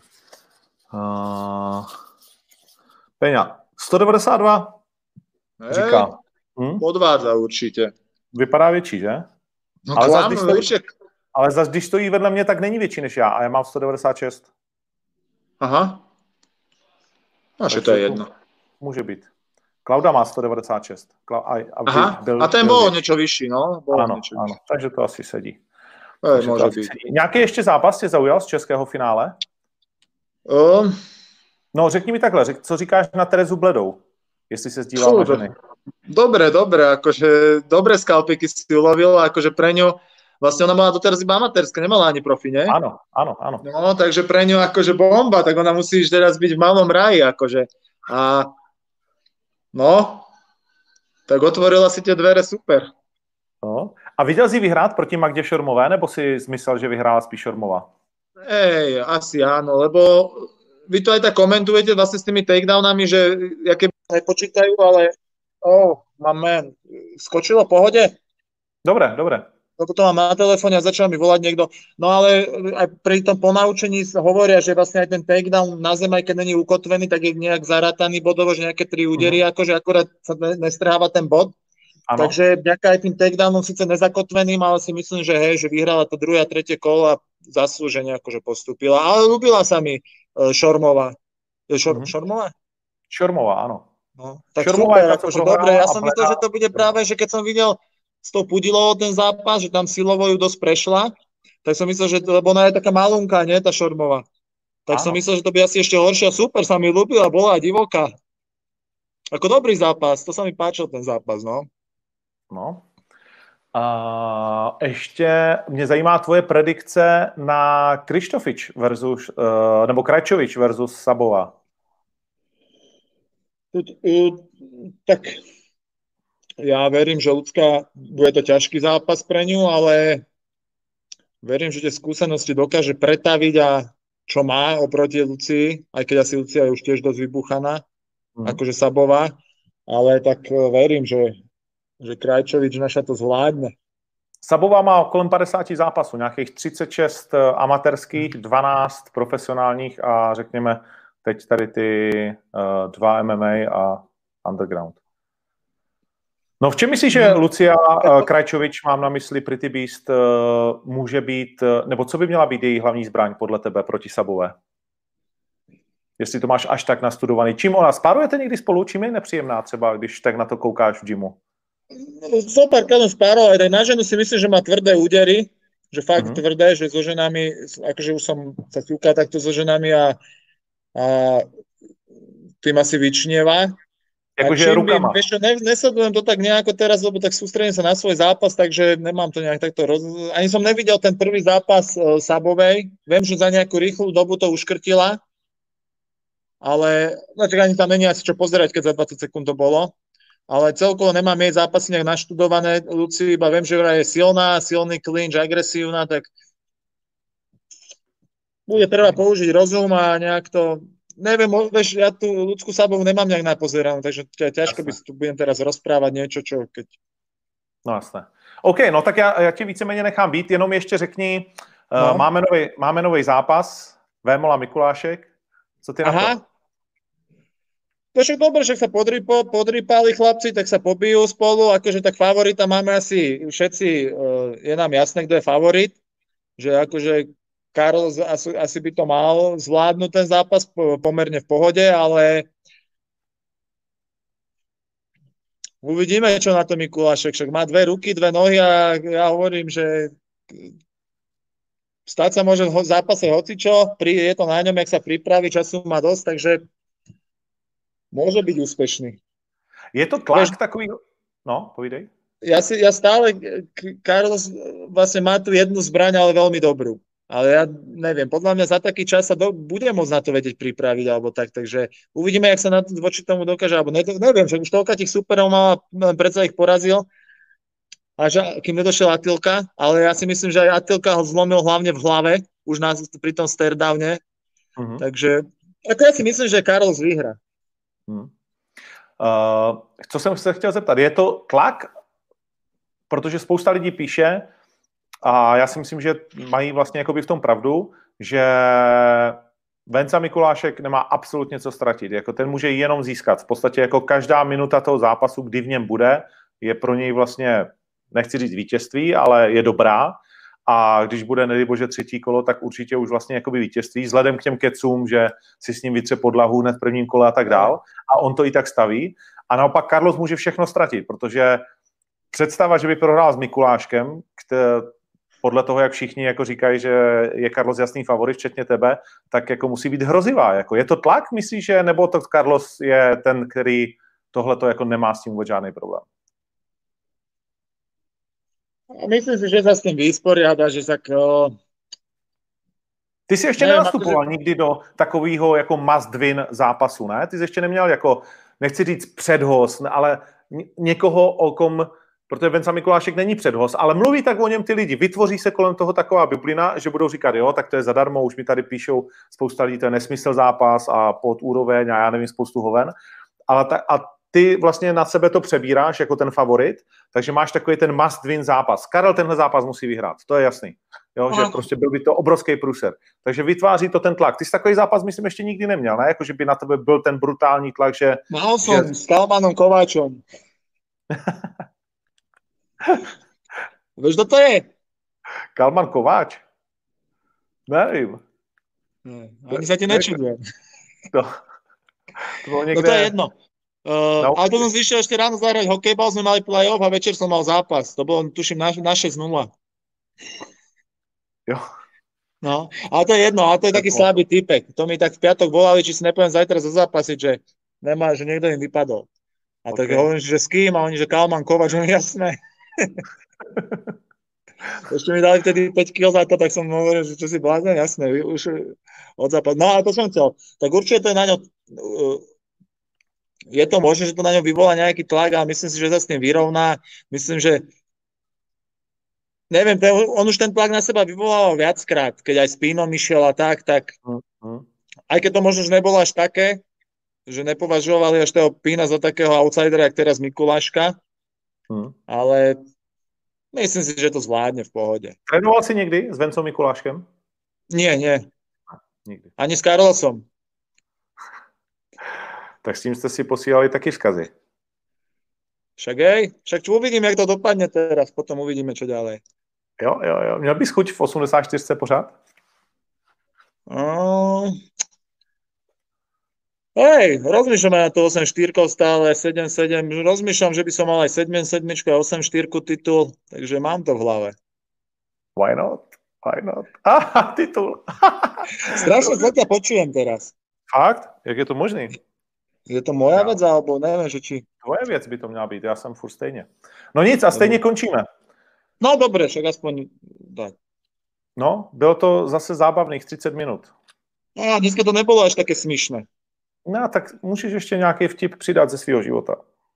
Speaker 3: Uh, Peňa, sto devadesát dva říká. Hm?
Speaker 4: Podvádza určite.
Speaker 3: Vypadá větší, že?
Speaker 4: No
Speaker 3: Ale zas,
Speaker 4: klam,
Speaker 3: když stojí-
Speaker 4: určite.
Speaker 3: Ale zase, když stojí vedle mě, tak není větší než já a já mám sto devadesát šest.
Speaker 4: Aha. No, že to je jedno.
Speaker 3: Může být. Klauda má sto devadesát šest. Kla- a, a,
Speaker 4: Aha,
Speaker 3: byl,
Speaker 4: a ten
Speaker 3: byl
Speaker 4: bol
Speaker 3: větší.
Speaker 4: niečo vyšší, no? Bol
Speaker 3: Ano,
Speaker 4: niečo
Speaker 3: ano, takže to asi sedí.
Speaker 4: vyšší. Ej,
Speaker 3: Takže to
Speaker 4: môže
Speaker 3: asi
Speaker 4: byť.
Speaker 3: sedí. Nějaký ještě zápas tě zaujal z českého finále?
Speaker 4: Um,
Speaker 3: No, řekni mi takhle, řek, co říkáš na Terezu Bledou? Jestli se sdíval
Speaker 4: Fú,
Speaker 3: na ženy.
Speaker 4: dobre, dobre, akože dobre skalpiky si ulovil, akože pre ňu, vlastne ona mala doteraz iba amatérska, nemala ani profi, ne?
Speaker 3: Ano, ano, ano.
Speaker 4: No, takže pre ňu akože bomba, tak ona musí teraz byť v malom ráji, akože. A no, tak otvorila si tie dvere super.
Speaker 3: No. A viděl jsi vyhrát proti Magdě Šormové, nebo si myslel, že vyhrála spíš Šormová?
Speaker 4: Ej, asi áno, lebo vy to aj tak komentujete vlastne s tými takedownami, že jaké nepočítajú, ale oh, mám man, skočilo v pohode?
Speaker 3: Dobré, dobré.
Speaker 4: Lebo to mám na telefóne a začal mi volať niekto. No ale aj pri tom ponaučení sa hovoria, že vlastne aj ten takedown na zem, aj keď není ukotvený, tak je nejak zarátaný bodovo, že nejaké tri údery, uh-huh. akože akurát sa ne- nestrháva ten bod.
Speaker 3: Ano.
Speaker 4: Takže vďaka aj tým takedownom síce nezakotveným, ale si myslím, že hej, že vyhrala to druhé a tretie kolo a zaslúžene akože postúpila. Ale ľúbila sa mi uh, Šormová. Je Šor-
Speaker 3: Mhm.
Speaker 4: Šormová?
Speaker 3: Šormová, ano.
Speaker 4: No, tak
Speaker 3: Šormová je
Speaker 4: super,
Speaker 3: ta, co
Speaker 4: akože
Speaker 3: prohrála
Speaker 4: dobre. Ja
Speaker 3: a
Speaker 4: som myslel,
Speaker 3: Bleda-
Speaker 4: že to bude práve, že keď som videl s tou Pudilovou ten zápas, že tam silovo ju dosť prešla, tak som myslel, že, lebo ona je taká malunka, nie, tá Šormová. Tak som
Speaker 3: Áno.
Speaker 4: myslel, že to by asi ešte horšia. Super, sa mi ľúbila, bola divoká. Ako dobrý zápas, to sa mi páčil ten zápas, no.
Speaker 3: No. A ještě mě zajímá tvoje predikce na Krištofič versus, uh, nebo Krajčovič versus Sabová.
Speaker 4: Tak ja verím, že ľudská bude to ťažký zápas pre ňu, ale verím, že tie skúsenosti dokáže pretaviť a čo má oproti Lucii, aj keď asi Lucia je už tiež dosť vybuchaná,
Speaker 3: Mhm.
Speaker 4: akože Sabová, ale tak verím, že, že Krajčovič naša to zvládne.
Speaker 3: Sabová má kolem padesát zápasů, nějakých třicet šest amatérských, dvanáct profesionálních a řekněme teď tady ty uh, dva M M A a Underground. No v čem myslíš, že Lucia uh, Krajčovič, mám na mysli Pretty Beast, uh, může být, uh, nebo co by měla být její hlavní zbraň podle tebe proti Sabové? Jestli to máš až tak nastudovaný. Čím ona, spárujete někdy spolu? Čím je nepříjemná třeba, když tak na to koukáš v gymu?
Speaker 4: Super, keď spárov, aj na ženu si myslím, že má tvrdé údery, že fakt
Speaker 3: Mhm.
Speaker 4: tvrdé, že so ženami, akože už som sa ťuká takto so ženami a, a tým asi vyčnieva.
Speaker 3: Jakože rukama.
Speaker 4: Vieš čo, ne, nesledujem to tak nejako teraz, lebo tak sústredím sa na svoj zápas, takže nemám to nejak takto roz... Ani som nevidel ten prvý zápas uh, Sabovej. Viem, že za nejakú rýchlu dobu to uškrtila, ale no, ani tam není asi čo pozerať, keď za dvadsať sekúnd to bolo. Ale celkovo nemám jej zápasy nejak naštudované, Luci, iba viem, že je silná, silný clinch, agresívna, tak bude treba použiť rozum a nejak to... Neviem, vieš, ja tu Ľudsku Sabovu nemám nejak napozeranú, takže ťažko by si tu budem teraz rozprávať niečo, čo keď...
Speaker 3: No jasné. OK, no tak já, já ti víceméně nechám být, jenom ještě řekni, no. uh, máme, nový, máme nový zápas, Vémola Mikulášek, co ty
Speaker 4: Aha.
Speaker 3: na to?
Speaker 4: To však dobre, že sa podripo, podripali chlapci, tak sa pobijú spolu, akože tak favorita máme asi všetci, uh, je nám jasné, kto je favorit, že akože Carlos asi, asi by to mal zvládnuť ten zápas pomerne v pohode, ale uvidíme, čo na to Mikulášek. Však má dve ruky, dve nohy a ja hovorím, že stať sa môže v zápase hocičo, je to na ňom, jak sa pripraví, času má dosť, takže môže byť úspešný.
Speaker 3: Je to tlak Veš, takový... No, povídej.
Speaker 4: Ja, si, ja stále, Carlos vlastne má tu jednu zbraň, ale veľmi dobrú. Ale ja neviem, podľa mňa za taký čas sa do, bude môcť na to vedieť pripraviť, alebo tak, takže uvidíme, jak sa na to voči tomu dokáže, alebo ne, neviem, že už toľka tých superov má, predsa ich porazil, až kým nedošiel Atilka, ale ja si myslím, že aj Atilka ho zlomil hlavne v hlave, už na, pri tom stare-downe, uh-huh. takže ako ja si myslím, že Carlos vyhrá.
Speaker 3: Hmm. Uh, co jsem se chtěl zeptat, je to tlak, protože spousta lidí píše, a já si myslím, že mají vlastně jakoby v tom pravdu, že Venca Mikulášek nemá absolutně co ztratit. Jako ten může jenom získat. V podstatě jako každá minuta toho zápasu, kdy v něm bude, je pro něj vlastně, nechci říct vítězství, ale je dobrá. A když bude, nedej bože, třetí kolo, tak určitě už vlastně jakoby vítězství, vzhledem k těm kecům, že si s ním vytře podlahu hned v prvním kole a tak dál. A on to i tak staví. A naopak Carlos může všechno ztratit, protože představa, že by prohrál s Mikuláškem, který, podle toho, jak všichni jako říkají, že je Carlos jasný favorit, včetně tebe, tak jako musí být hrozivá. Jako je to tlak, myslíš, že, nebo to Carlos je ten, který tohleto jako nemá s tím vůbec žádný problém?
Speaker 4: Myslím si, že sa s tým vysporiada, že sa... O...
Speaker 3: Ty jsi ještě
Speaker 4: nevím,
Speaker 3: nenastupoval
Speaker 4: že...
Speaker 3: nikdy do takového jako must win zápasu, ne? Ty jsi ještě neměl jako, nechci říct předhost, ale někoho, o kom, protože Venca Mikulášek není předhost, ale mluví tak o něm ty lidi. Vytvoří se kolem toho taková bublina, že budou říkat, jo, tak to je zadarmo, už mi tady píšou spousta lidí, to je nesmysl zápas a pod úroveň a já nevím, spoustu hoven. Ale ta, a ty vlastně na sebe to přebíráš jako ten favorit, takže máš takový ten must win zápas. Karel tenhle zápas musí vyhrát, to je jasný. Jo, že prostě byl by to obrovský průser. Takže vytváří to ten tlak. Ty jsi takový zápas, myslím, ještě nikdy neměl, ne? Jako, že by na tebe byl ten brutální tlak, že...
Speaker 4: Mal som že... s Kalmanom Kováčom. Víš, kto to je?
Speaker 3: Kalman Kováč? Nevím.
Speaker 4: Ne, ani sa ti nečudujem.
Speaker 3: To, to bolo niekde...
Speaker 4: No to je jedno. Uh, no, ale to som zvyšiel ešte ráno zahrať hokejbal, sme mali play-off a večer som mal zápas. To bolo, tuším, na, na šesť nula.
Speaker 3: Jo.
Speaker 4: No, ale to je jedno, ale to je taký slabý typek. To mi tak v piatok volali, či si nepoviem zajtra zazápasiť, že nemá, že niekto im vypadol. A okay. Tak hovorím, že s kým? A oni, že Kalman Kovač, že jasné. Ešte mi dali vtedy päť kil za to, tak som hovoril, že čo si blázne, jasné, už od západu. No a to som chcel. Tak určite to je na ňo... Uh, je to možné, že to na ňom vyvolá nejaký tlak, ale myslím si, že sa s tým vyrovná. Myslím, že neviem, on už ten tlak na seba vyvolával viackrát, keď aj s Pínom išiel a tak, tak uh-huh. Aj keď to možno, že nebolo až také, že nepovažovali až toho Pína za takého outsidera, jak teraz Mikuláška, uh-huh. Ale myslím si, že to zvládne v pohode.
Speaker 3: Trénoval si niekdy s Vencom Mikuláškem?
Speaker 4: Nie, nie.
Speaker 3: Nikdy.
Speaker 4: Ani s Carlosom.
Speaker 3: Tak s tím jste si posílali taky vzkazy.
Speaker 4: Však hej, však uvidím, jak to dopadne teraz, potom uvidíme, čo ďalej.
Speaker 3: Jo, jo, jo. Měl bys chuť v osmdesát čtyři pořád?
Speaker 4: No... Hej, rozmýšľam na to osem štyri stále, sedem sedem, rozmýšľam, že by som mal aj sedem sedem a osem štyri titul, takže mám to v hlave.
Speaker 3: Why not? Why not? Aha, titul.
Speaker 4: Strašne sa ťa počujem teraz.
Speaker 3: Fakt? Jak je to možný?
Speaker 4: Je to moja
Speaker 3: Já.
Speaker 4: vec, alebo neviem, že či...
Speaker 3: Tvoje věc by to měla být, já jsem furt stejně. No nic, a stejně končíme.
Speaker 4: No dobre, však aspoň tak.
Speaker 3: No, bylo to zase zábavných třicet minut.
Speaker 4: A dneska to nebolo až také smišné.
Speaker 3: No, tak můžeš ještě nějaký vtip přidat ze svého života.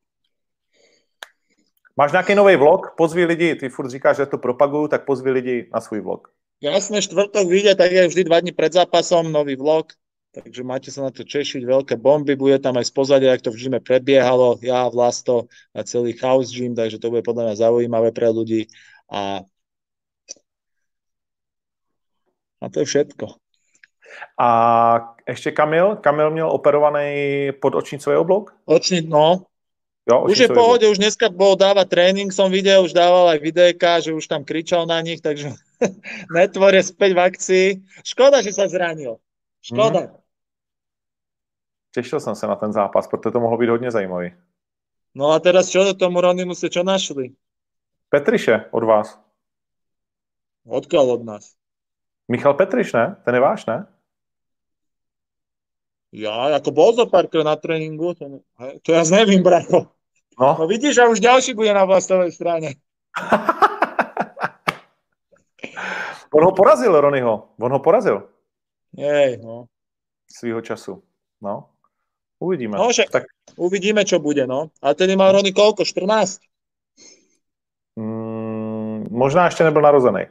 Speaker 3: Máš nějaký nový vlog? Pozvi lidi, ty furt říkáš, že to propaguju, tak pozvi lidi na svůj vlog.
Speaker 4: Jasné, štvrtok vyjde, tak je vždy dva dní pred zápasom, nový vlog, takže máte sa na to češiť, veľké bomby, bude tam aj z pozadia, jak to v gyme prebiehalo, ja, Vlasto a celý House Gym, takže to bude podľa mňa zaujímavé pre ľudí a a to je všetko.
Speaker 3: A ještě Kamil? Kamil měl operovaný podočnicový oblok?
Speaker 4: Očni, no,
Speaker 3: Jo,
Speaker 4: už je v pohode, už dneska bol dávať tréning, som videl, už dával aj videjka, že už tam kričal na nich, takže Netvor je späť v akcii. Škoda, že sa zranil. Škoda.
Speaker 3: Hmm. Těšil jsem se na ten zápas, protože to mohlo být hodně zajímavý.
Speaker 4: No a teraz čo tomu Ronimu ste čo našli?
Speaker 3: Petriše od vás.
Speaker 4: Odkiaľ od nás?
Speaker 3: Michal Petriš, ne? Ten je váš, ne?
Speaker 4: Ja, ako bol zo párkrát na tréningu, to, hej, to ja nevím, bracho.
Speaker 3: No.
Speaker 4: No vidíš, a už ďalší bude na vlastovej strane.
Speaker 3: On ho porazil, Ronyho. On ho porazil.
Speaker 4: Hej, no.
Speaker 3: Svýho času. No. Uvidíme.
Speaker 4: No však
Speaker 3: tak...
Speaker 4: uvidíme, čo bude, no. A tedy má Rony koľko? štrnásť?
Speaker 3: Mm, možná ještě nebyl narozený.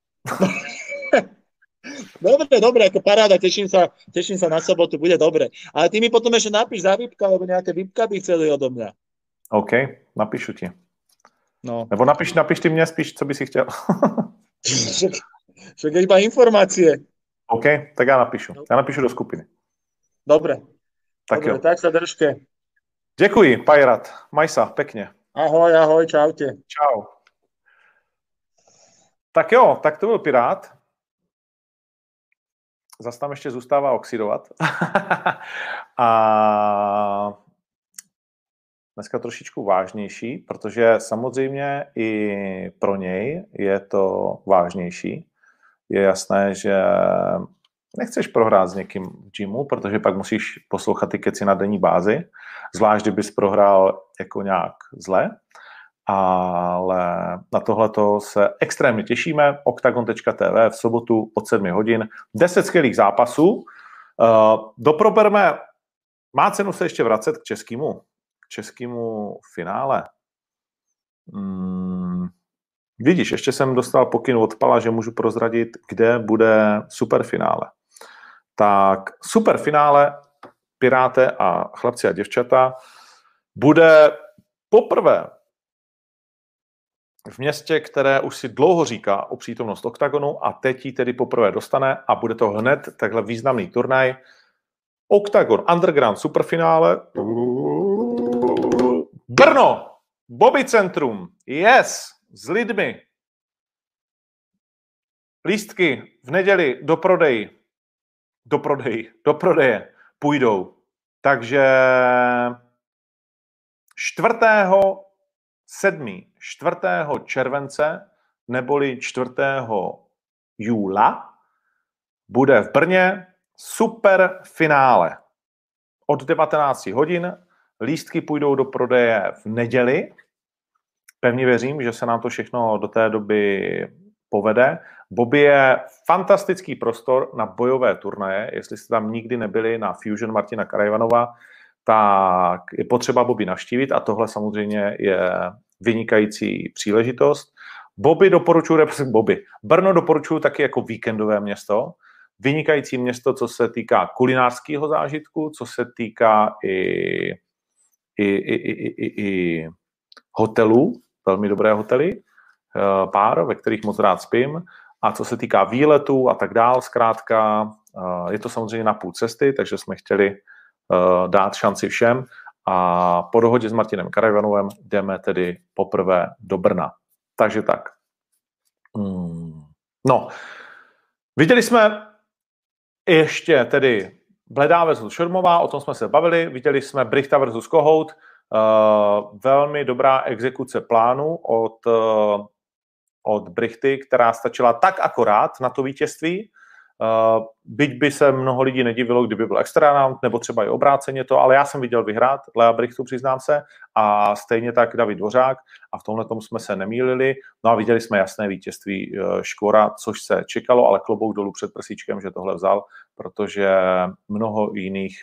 Speaker 4: Dobre, dobre, ako paráda, teším sa, teším sa na sobotu, bude dobre. Ale ty mi potom ešte napíš za výpka, lebo nejaké výpka by chceli odo mňa.
Speaker 3: OK, napíšu ti.
Speaker 4: No.
Speaker 3: Nebo napiš, napiš ty mě spíš, co by si chtěl.
Speaker 4: však, však je iba informácie.
Speaker 3: OK, tak já napíšu. Já napíšu do skupiny.
Speaker 4: Dobre.
Speaker 3: Tak
Speaker 4: dobre,
Speaker 3: jo.
Speaker 4: tak sa držte.
Speaker 3: Děkuji, Pajrat. Maj sa, pekně.
Speaker 4: Ahoj, ahoj, čaute.
Speaker 3: Čau. Tak jo, tak to byl Pirát. Zas tam ještě zůstává oxidovat. A dneska trošičku vážnější, protože samozřejmě i pro něj je to vážnější. Je jasné, že nechceš prohrát s někým v gymu, protože pak musíš poslouchat ty keci na denní bázi, zvlášť kdybys prohrál jako nějak zle, ale na tohleto se extrémně těšíme. Octagon tečka té vé v sobotu od sedmi hodin. deset skvělých zápasů. Doproberme, má cenu se ještě vracet k českému, k českému finále. Hmm. Vidíš, ještě jsem dostal pokyn od Pala, že můžu prozradit, kde bude superfinále. Tak superfinále, Piráte a chlapci a děvčata, bude poprvé v městě, které už si dlouho říká o přítomnost Octagonu a teď ji tedy poprvé dostane a bude to hned takhle významný turnaj. Octagon Underground superfinále. Brno, Bobby Centrum, yes, s lidmi. Lístky v neděli do prodej, do prodej, do prodeje půjdou. Takže čtvrtého sedmého čtvrtého července neboli čtvrtého júla bude v Brně super finále. Od devatenácti hodin lístky půjdou do prodeje v neděli. Pevně věřím, že se nám to všechno do té doby povede. Bobby je fantastický prostor na bojové turnaje. Jestli jste tam nikdy nebyli na Fusion Martina Karajvanova, tak je potřeba Bobby navštívit a tohle samozřejmě je vynikající příležitost. Bobby doporučuji, Bobby. Brno doporučuji taky jako víkendové město. Vynikající město, co se týká kulinářského zážitku, co se týká i, i, i, i, i, i hotelů, velmi dobré hotely, pár, ve kterých moc rád spím, a co se týká výletů a tak dál, zkrátka je to samozřejmě na půl cesty, takže jsme chtěli dát šanci všem a po dohodě s Martinem Karajvanovem jdeme tedy poprvé do Brna. Takže tak. Hmm. No, viděli jsme ještě tedy Bledá versus Šormová, o tom jsme se bavili, viděli jsme Brichta versus Kohout, uh, velmi dobrá exekuce plánu od, uh, od Brichty, která stačila tak akorát na to vítězství. Uh, byť by se mnoho lidí nedivilo, kdyby byl extra round, nebo třeba i obráceně to, ale já jsem viděl vyhrát Lea Brichtu, přiznám se, a stejně tak David Dvořák a v tomhle tomu jsme se nemýlili. No a viděli jsme jasné vítězství uh, Škvora, což se čekalo, ale klobouk dolů před prsíčkem, že tohle vzal, protože mnoho jiných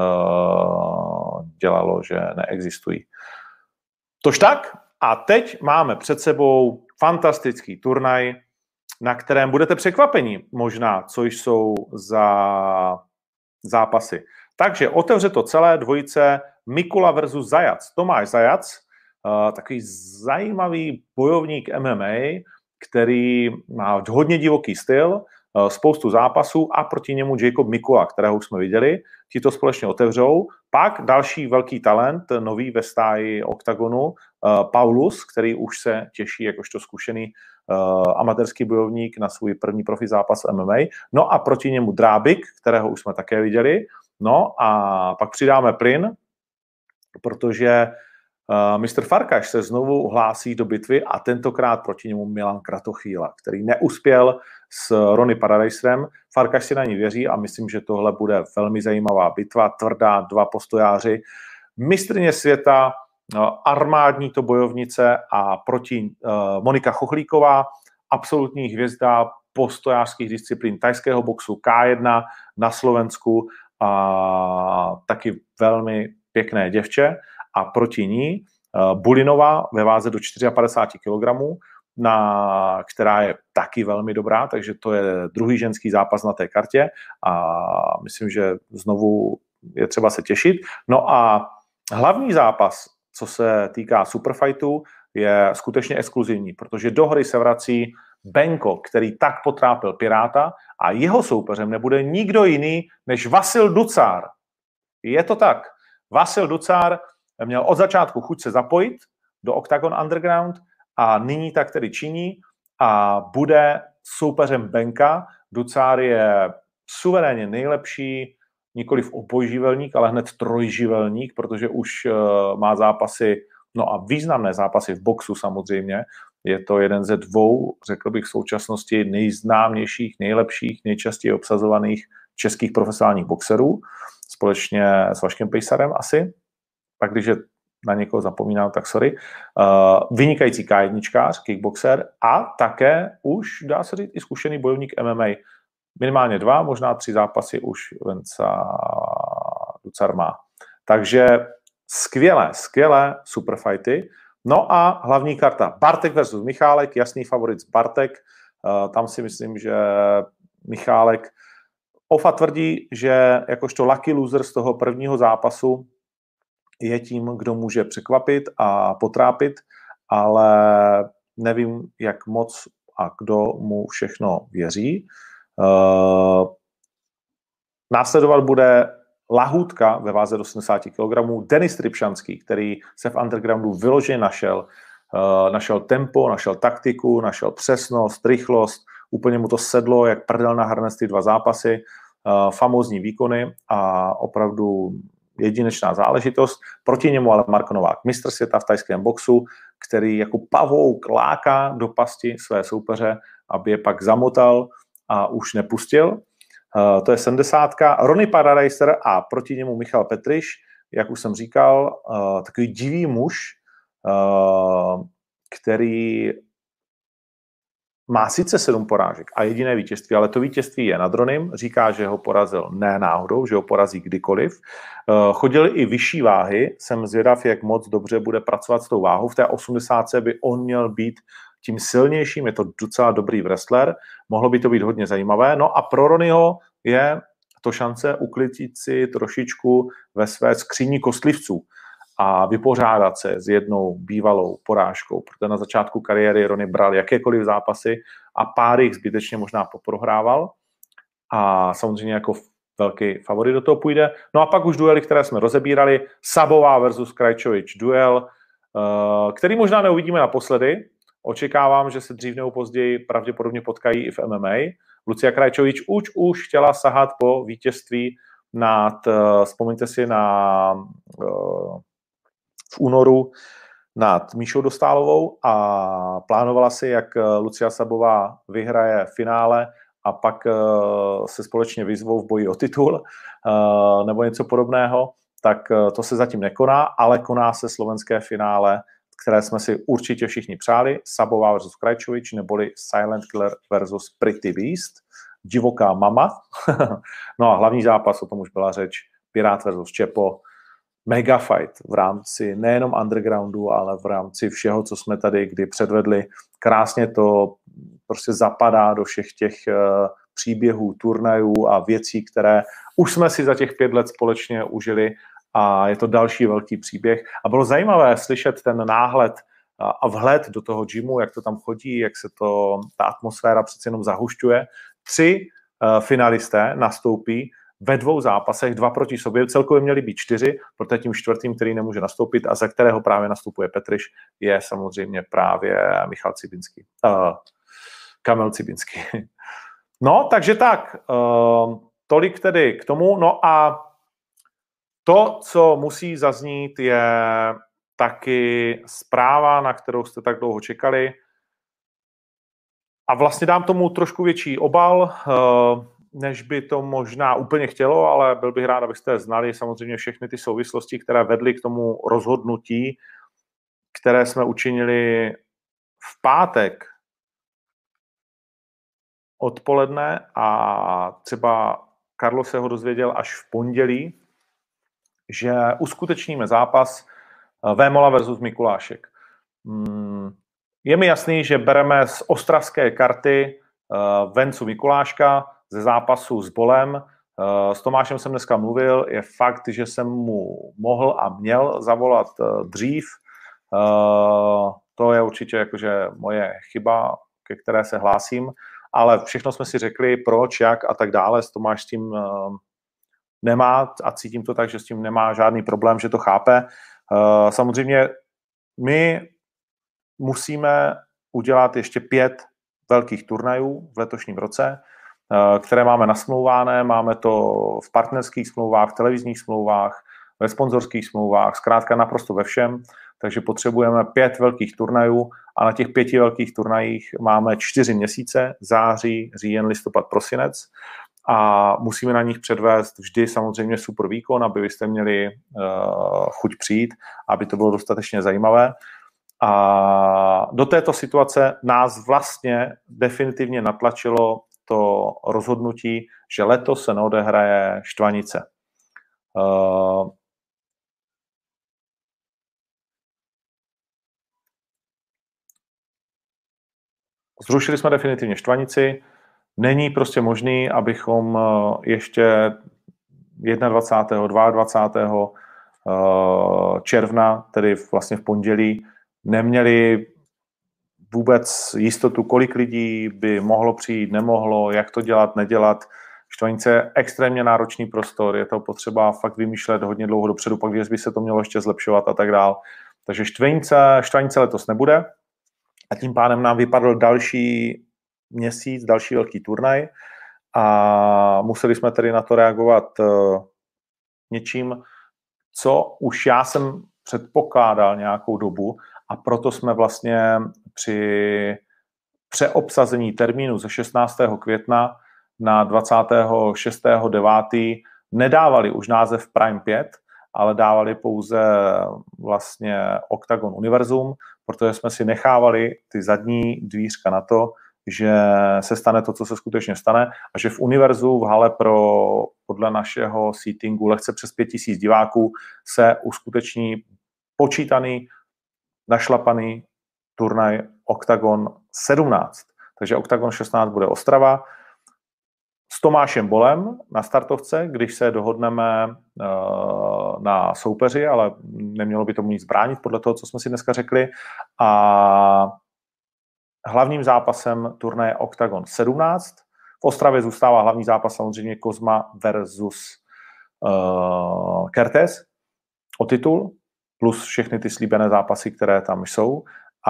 Speaker 3: uh, dělalo, že neexistují. Tož tak, a teď máme před sebou fantastický turnaj, na kterém budete překvapeni možná, co jsou za zápasy. Takže otevře to celé dvojice Mikula versus Zajac. Tomáš Zajac, takový zajímavý bojovník M M A, který má hodně divoký styl, spoustu zápasů a proti němu Jacob Mikula, kterého už jsme viděli. Ti to společně otevřou. Pak další velký talent, nový ve stáji OKTAGONu, Paulus, který už se těší jakožto zkušený uh, amatérský bojovník na svůj první profi zápas M M A. No a proti němu Drábik, kterého už jsme také viděli. No a pak přidáme plyn, protože uh, mistr Farkaš se znovu hlásí do bitvy a tentokrát proti němu Milan Kratochvíla, který neuspěl s Ronnie Paradiserem. Farkaš si na ní věří a myslím, že tohle bude velmi zajímavá bitva, tvrdá, dva postojáři. Mistrně světa, armádní to bojovnice a proti uh, Monika Chochlíková, absolutní hvězda postojářských disciplín tajského boxu K jedna na Slovensku a taky velmi pěkné děvče a proti ní uh, Bulinová ve váze do padesát čtyři kilogramů, na, která je taky velmi dobrá, takže to je druhý ženský zápas na té kartě a myslím, že znovu je třeba se těšit. No a hlavní zápas, co se týká superfightu, je skutečně exkluzivní, protože do hry se vrací Benko, který tak potrápil Piráta a jeho soupeřem nebude nikdo jiný než Vasil Ducár. Je to tak. Vasil Ducár měl od začátku chuť se zapojit do Octagon Underground a nyní tak tedy činí a bude soupeřem Benka. Ducár je suverénně nejlepší, nikoliv obojživelník, ale hned trojživelník, protože už uh, má zápasy, no a významné zápasy v boxu samozřejmě. Je to jeden ze dvou, řekl bych v současnosti, nejznámějších, nejlepších, nejčastěji obsazovaných českých profesionálních boxerů, společně s Vaškem Pejsarem asi. Pak když na někoho zapomínám, tak sorry. Uh, vynikající ká jedničkář, kickboxer a také už, dá se říct, i zkušený bojovník M M A. Minimálně dva, možná tři zápasy už Venca Ducar má. Takže skvělé, skvělé superfighty. No a hlavní karta Bartek versus Michálek, jasný favorit Bartek. Uh, tam si myslím, že Michálek Ofa tvrdí, že jakožto lucky loser z toho prvního zápasu je tím, kdo může překvapit a potrápit, ale nevím, jak moc a kdo mu všechno věří. Uh, následovat bude lahůdka ve váze do sedmdesát kilogramů, Denis Rybšanský, který se v undergroundu vyloženě našel. Uh, našel tempo, našel taktiku, našel přesnost, rychlost, úplně mu to sedlo, jak prdel na hrnec ty dva zápasy, uh, famózní výkony a opravdu jedinečná záležitost. Proti němu ale Marko Novák, mistr světa v tajském boxu, který jako pavouk láká do pasti své soupeře, aby je pak zamotal a už nepustil. Uh, to je sedmdesátka. Ronnie Paradiser a proti němu Michal Petriš, jak už jsem říkal, uh, takový divý muž, uh, který má sice sedm porážek a jediné vítězství, ale to vítězství je nad Ronim. Říká, že ho porazil ne náhodou, že ho porazí kdykoliv. Uh, chodil i vyšší váhy. Jsem zvědav, jak moc dobře bude pracovat s tou váhou. V té osmdesátce by on měl být tím silnějším, je to docela dobrý wrestler, mohlo by to být hodně zajímavé. No a pro Ronyho je to šance uklidit si trošičku ve své skříni kostlivců a vypořádat se s jednou bývalou porážkou, protože na začátku kariéry Ronny bral jakékoliv zápasy a pár jich zbytečně možná poprohrával a samozřejmě jako velký favorit do toho půjde. No a pak už duely, které jsme rozebírali, Sabová versus Krajčovič duel, který možná neuvidíme naposledy. Očekávám, že se dřív nebo později pravděpodobně potkají i v M M A. Lucia Krajčovič už, už chtěla sahat po vítězství nad, vzpomeňte si na v únoru nad Míšou Dostálovou a plánovala si, jak Lucia Sabová vyhraje finále a pak uh, se společně vyzvou v boji o titul uh, nebo něco podobného, tak uh, to se zatím nekoná, ale koná se slovenské finále, které jsme si určitě všichni přáli, Sabová versus Krajčovič, neboli Silent Killer versus Pretty Beast, divoká mama. No a hlavní zápas, o tom už byla řeč, Pirát versus Čepo, mega fight v rámci nejenom undergroundu, ale v rámci všeho, co jsme tady kdy předvedli. Krásně to prostě zapadá do všech těch uh, příběhů, turnajů a věcí, které už jsme si za těch pět let společně užili a je to další velký příběh. A bylo zajímavé slyšet ten náhled a, a vhled do toho gymu, jak to tam chodí, jak se to, ta atmosféra přece jenom zahušťuje. Tři uh, finalisté nastoupí ve dvou zápasech, dva proti sobě, celkově měli být čtyři, protože tím čtvrtým, který nemůže nastoupit a za kterého právě nastupuje Petriš, je samozřejmě právě Michal Cibinský. Uh, Kamil Cibinský. No, takže tak, uh, tolik tedy k tomu. No a to, co musí zaznít, je taky zpráva, na kterou jste tak dlouho čekali. A vlastně dám tomu trošku větší obal, uh, než by to možná úplně chtělo, ale byl bych rád, abyste znali samozřejmě všechny ty souvislosti, které vedly k tomu rozhodnutí, které jsme učinili v pátek odpoledne a třeba Karlo se ho dozvěděl až v pondělí, že uskutečníme zápas Vémola versus Mikulášek. Je mi jasný, že bereme z ostravské karty Vencu Mikuláška ze zápasu s Bolem. S Tomášem jsem dneska mluvil, je fakt, že jsem mu mohl a měl zavolat dřív. To je určitě jakože moje chyba, ke které se hlásím, ale všechno jsme si řekli, proč, jak a tak dále. Tomáš s tím nemá a cítím to tak, že s tím nemá žádný problém, že to chápe. Samozřejmě my musíme udělat ještě pět velkých turnajů v letošním roce, které máme nasmlouvané, máme to v partnerských smlouvách, v televizních smlouvách, ve sponzorských smlouvách, zkrátka naprosto ve všem, takže potřebujeme pět velkých turnajů a na těch pěti velkých turnajích máme čtyři měsíce, září, říjen, listopad, prosinec a musíme na nich předvést vždy samozřejmě super výkon, aby byste měli uh, chuť přijít, aby to bylo dostatečně zajímavé. A do této situace nás vlastně definitivně natlačilo to rozhodnutí, že letos se neodehraje Štvanice. Uh, zrušili jsme definitivně Štvanici. Není prostě možný, abychom ještě dvacátého prvního, dvacátého druhého června, tedy vlastně v pondělí, neměli vůbec jistotu, kolik lidí by mohlo přijít, nemohlo, jak to dělat, nedělat. Štvanice je extrémně náročný prostor, je to potřeba fakt vymýšlet hodně dlouho dopředu, pak věc by se to mělo ještě zlepšovat a tak dál. Takže Štvanice, Štvanice letos nebude a tím pádem nám vypadl další měsíc, další velký turnaj a museli jsme tedy na to reagovat uh, něčím, co už já jsem předpokládal nějakou dobu a proto jsme vlastně při přeobsazení termínu ze šestnáctého května na dvacátého šestého devátého nedávali už název Prime pět, ale dávali pouze vlastně Octagon Univerzum, protože jsme si nechávali ty zadní dvířka na to, že se stane to, co se skutečně stane a že v Univerzu v hale pro podle našeho seatingu lehce přes pět tisíc diváků se uskuteční počítaný, našlapaný turnaj Octagon sedmnáct. Takže Octagon šestnáct bude Ostrava s Tomášem Bolem na startovce, když se dohodneme uh, na soupeři, ale nemělo by tomu nic bránit podle toho, co jsme si dneska řekli. A hlavním zápasem turnaje Octagon sedmnáct. V Ostravě zůstává hlavní zápas samozřejmě Kozma versus uh, Kertész o titul, plus všechny ty slíbené zápasy, které tam jsou.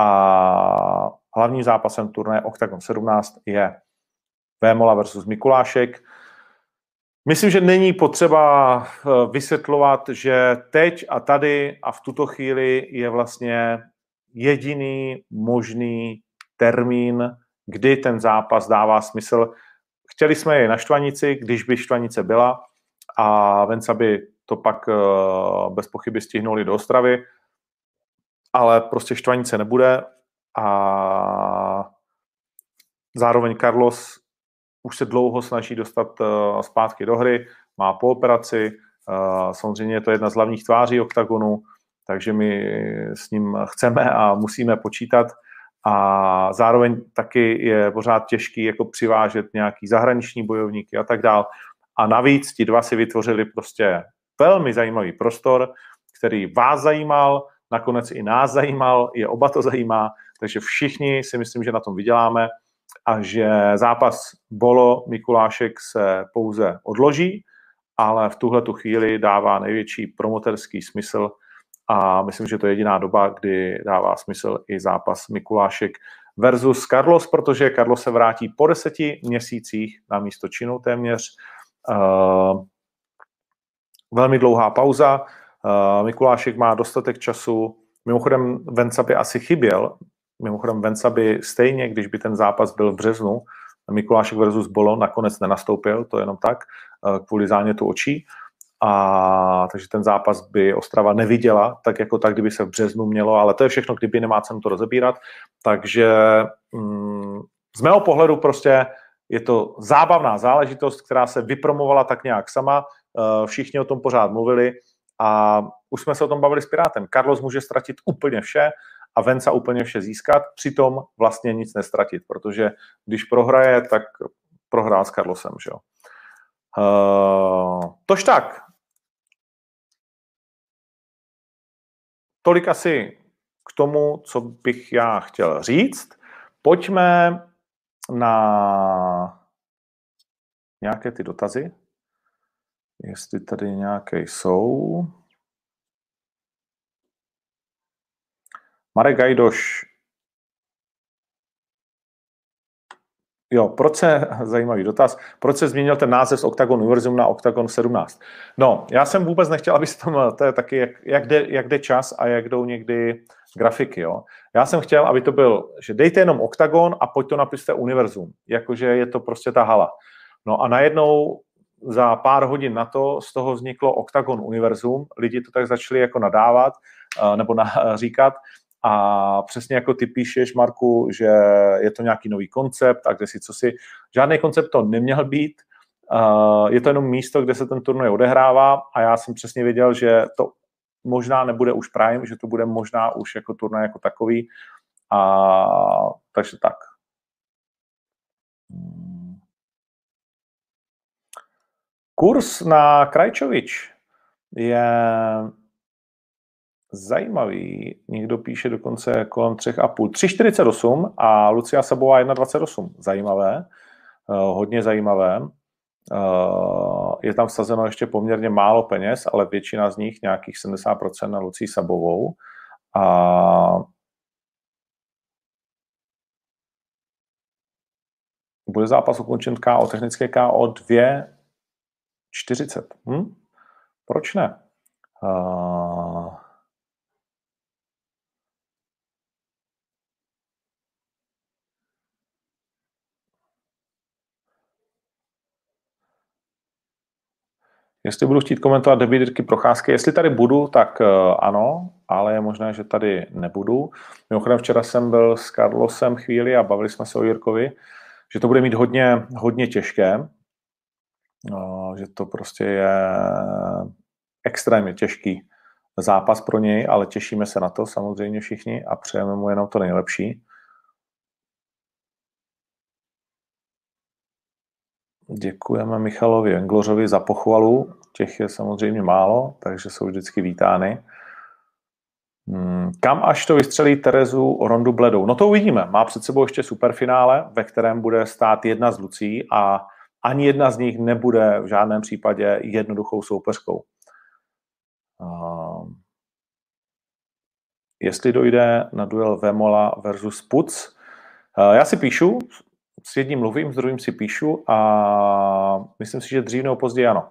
Speaker 3: A hlavním zápasem turnaje Octagon sedmnáct je Vémola versus Mikulášek. Myslím, že není potřeba vysvětlovat, že teď a tady a v tuto chvíli je vlastně jediný možný termín, kdy ten zápas dává smysl. Chtěli jsme ji na Štvanici, když by Štvanice byla, a Venca by to pak bez pochyby stihnuli do Ostravy, ale prostě Štvanice nebude a zároveň Carlos už se dlouho snaží dostat zpátky do hry, má po operaci, samozřejmě je to jedna z hlavních tváří OKTAGONu, takže my s ním chceme a musíme počítat a zároveň taky je pořád těžký jako přivážet nějaký zahraniční bojovníky a tak dál. A navíc ti dva si vytvořili prostě velmi zajímavý prostor, který vás zajímal, nakonec i nás zajímal, je oba to zajímá, takže všichni si myslím, že na tom vyděláme a že zápas Bolo Mikulášek se pouze odloží, ale v tuhletu chvíli dává největší promoterský smysl a myslím, že to je jediná doba, kdy dává smysl i zápas Mikulášek versus Carlos, protože Carlos se vrátí po deseti měsících na místo činu téměř. Uh, velmi dlouhá pauza. Uh, Mikulášek má dostatek času. Mimochodem Venca by asi chyběl. Mimochodem Venca by stejně, když by ten zápas byl v březnu, Mikulášek versus Bolo nakonec nenastoupil, to jenom tak, uh, kvůli zánětu očí. A takže ten zápas by Ostrava neviděla, tak jako tak, kdyby se v březnu mělo, ale to je všechno, kdyby nemá cenu to rozebírat. Takže mm, z mého pohledu prostě je to zábavná záležitost, která se vypromovala tak nějak sama, všichni o tom pořád mluvili a už jsme se o tom bavili s Pirátem. Carlos může ztratit úplně vše a Venca úplně vše získat, přitom vlastně nic nestratit, protože když prohraje, tak prohrál s Carlosem, že jo. Uh, tož tak. Tolik asi k tomu, co bych já chtěl říct. Pojďme na nějaké ty dotazy. Jestli tady nějaké jsou. Marek Gajdoš. Jo, proč se, zajímavý dotaz, proč se změnil ten název z Octagon Univerzum na Octagon sedmnáct? No, já jsem vůbec nechtěl, aby se tam, to je taky, jak, jak, jde, jak jde čas a jak jdou někdy grafiky, jo. Já jsem chtěl, aby to byl, že dejte jenom Octagon a pojď to napište Univerzum, jakože je to prostě ta hala. No a najednou za pár hodin na to z toho vzniklo Octagon Univerzum, lidi to tak začali jako nadávat, nebo na, říkat, a přesně jako ty píšeš, Marku, že je to nějaký nový koncept a kde si co si. Žádný koncept to neměl být, je to jenom místo, kde se ten turnaj odehrává a já jsem přesně věděl, že to možná nebude už Prime, že to bude možná už jako turnaj jako takový. A takže tak. Kurz na Krajčovič je zajímavý. Někdo píše dokonce kolem tři a půl. tři čtyřicet osm a Lucia Sabová jedna dvacet osm. Zajímavé. Uh, hodně zajímavé. Uh, je tam vsazeno ještě poměrně málo peněz, ale většina z nich, nějakých sedmdesát procent na Lucii Sabovou. A bude zápas ukončen K O, technické K O dva čtyřicet. Hm? Proč ne? Uh, Jestli budu chtít komentovat derby Jirky Procházky, jestli tady budu, tak uh, ano, ale je možné, že tady nebudu. Mimochodem včera jsem byl s Carlosem chvíli a bavili jsme se o Jirkovi, že to bude mít hodně, hodně těžké, uh, že to prostě je extrémně těžký zápas pro něj, ale těšíme se na to samozřejmě všichni a přejeme mu jenom to nejlepší. Děkujeme Michalovi Englořovi za pochvalu. Těch je samozřejmě málo, takže jsou vždycky vítány. Hmm, kam až to vystřelí Terezu Rondu Bledou? No to uvidíme. Má před sebou ještě superfinále, ve kterém bude stát jedna z Lucí a ani jedna z nich nebude v žádném případě jednoduchou soupeřkou. Uh, jestli dojde na duel Vemola versus Puc, uh, já si píšu, s jedním mluvím, s druhým si píšu a myslím si, že dřív nebo později ano.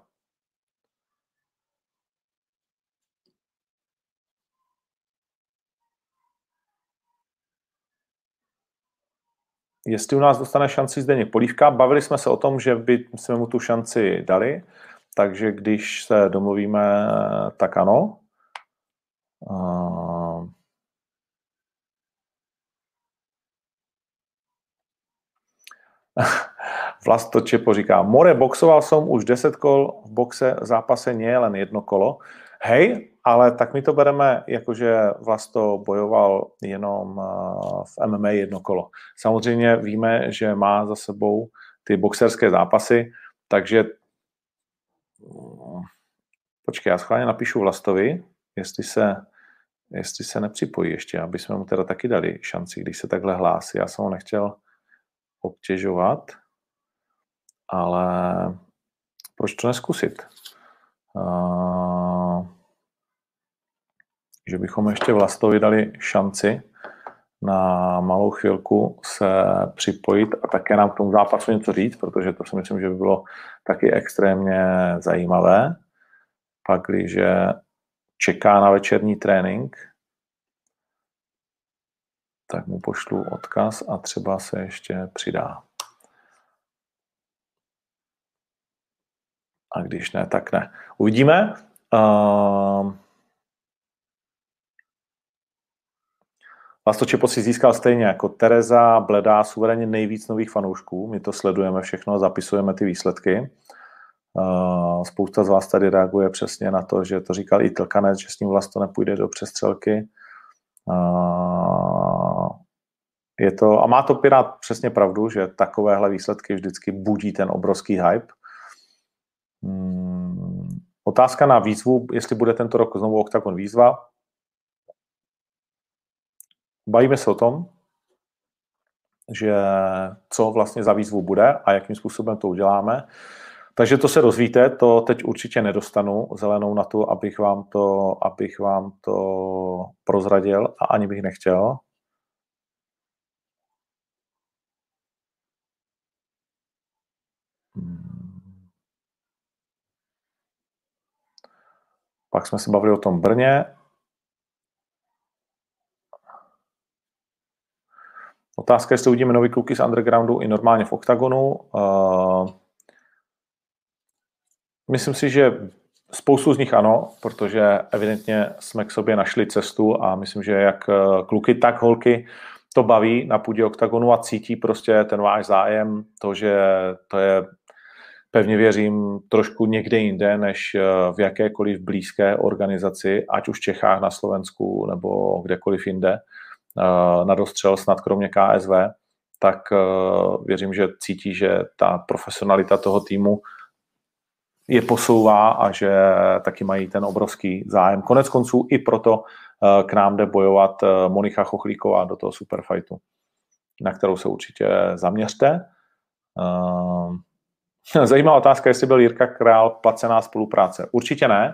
Speaker 3: jestli u nás dostane šanci Zdeněk Polívka. Bavili jsme se o tom, že by jsme mu tu šanci dali, takže když se domluvíme, tak ano. Uh... Vlasto Čepo říká, More, boxoval som už deset kol, v boxe v zápase nie je len jedno kolo. Hej, ale tak my to bereme, jakože Vlasto bojoval jenom v M M A jedno kolo. Samozřejmě víme, že má za sebou ty boxerské zápasy, takže počkej, já schválně napíšu Vlastovi, jestli se, jestli se nepřipojí ještě, aby jsme mu teda taky dali šanci, když se takhle hlásí. Já jsem ho nechtěl obtěžovat, ale proč to neskusit? Uh, že bychom ještě Vlastovi dali šanci na malou chvilku se připojit a také nám k tomu zápasu něco říct, protože to si myslím, že by bylo taky extrémně zajímavé. Pak, když čeká na večerní trénink, tak mu pošlu odkaz a třeba se ještě přidá. A když ne, tak ne. Uvidíme. Uh... Vlasto Čepo si získal stejně jako Tereza Bledá suverénně nejvíc nových fanoušků. My to sledujeme všechno, zapisujeme ty výsledky. Uh, spousta z vás tady reaguje přesně na to, že to říkal i Tlkanec, že s ním Vlasto nepůjde do přestřelky. Uh, je to, a má to Pirát přesně pravdu, že takovéhle výsledky vždycky budí ten obrovský hype. Hmm, otázka na výzvu, jestli bude tento rok znovu Octagon výzva. Bavíme se o tom, že co vlastně za výzvu bude a jakým způsobem to uděláme. Takže to se dozvíte, to teď určitě nedostanu zelenou na to, abych vám to, abych vám to prozradil a ani bych nechtěl. Pak jsme se bavili o tom Brně. Otázka, jestli uvidíme nový kluky z undergroundu i normálně v Octagonu. Uh, myslím si, že spoustu z nich ano, protože evidentně jsme k sobě našli cestu a myslím, že jak kluky, tak holky to baví na půdě Octagonu a cítí prostě ten váš zájem, to, že to je, pevně věřím, trošku někde jinde, než v jakékoliv blízké organizaci, ať už v Čechách, na Slovensku nebo kdekoliv jinde, na dostřel, snad kromě K S V, tak věřím, že cítí, že ta profesionalita toho týmu je posouvá a že taky mají ten obrovský zájem. Konec konců i proto k nám jde bojovat Monika Chochlíková do toho superfightu, na kterou se určitě zaměřte. Zajímavá otázka, jestli byl Jirka Král placená spolupráce. Určitě ne.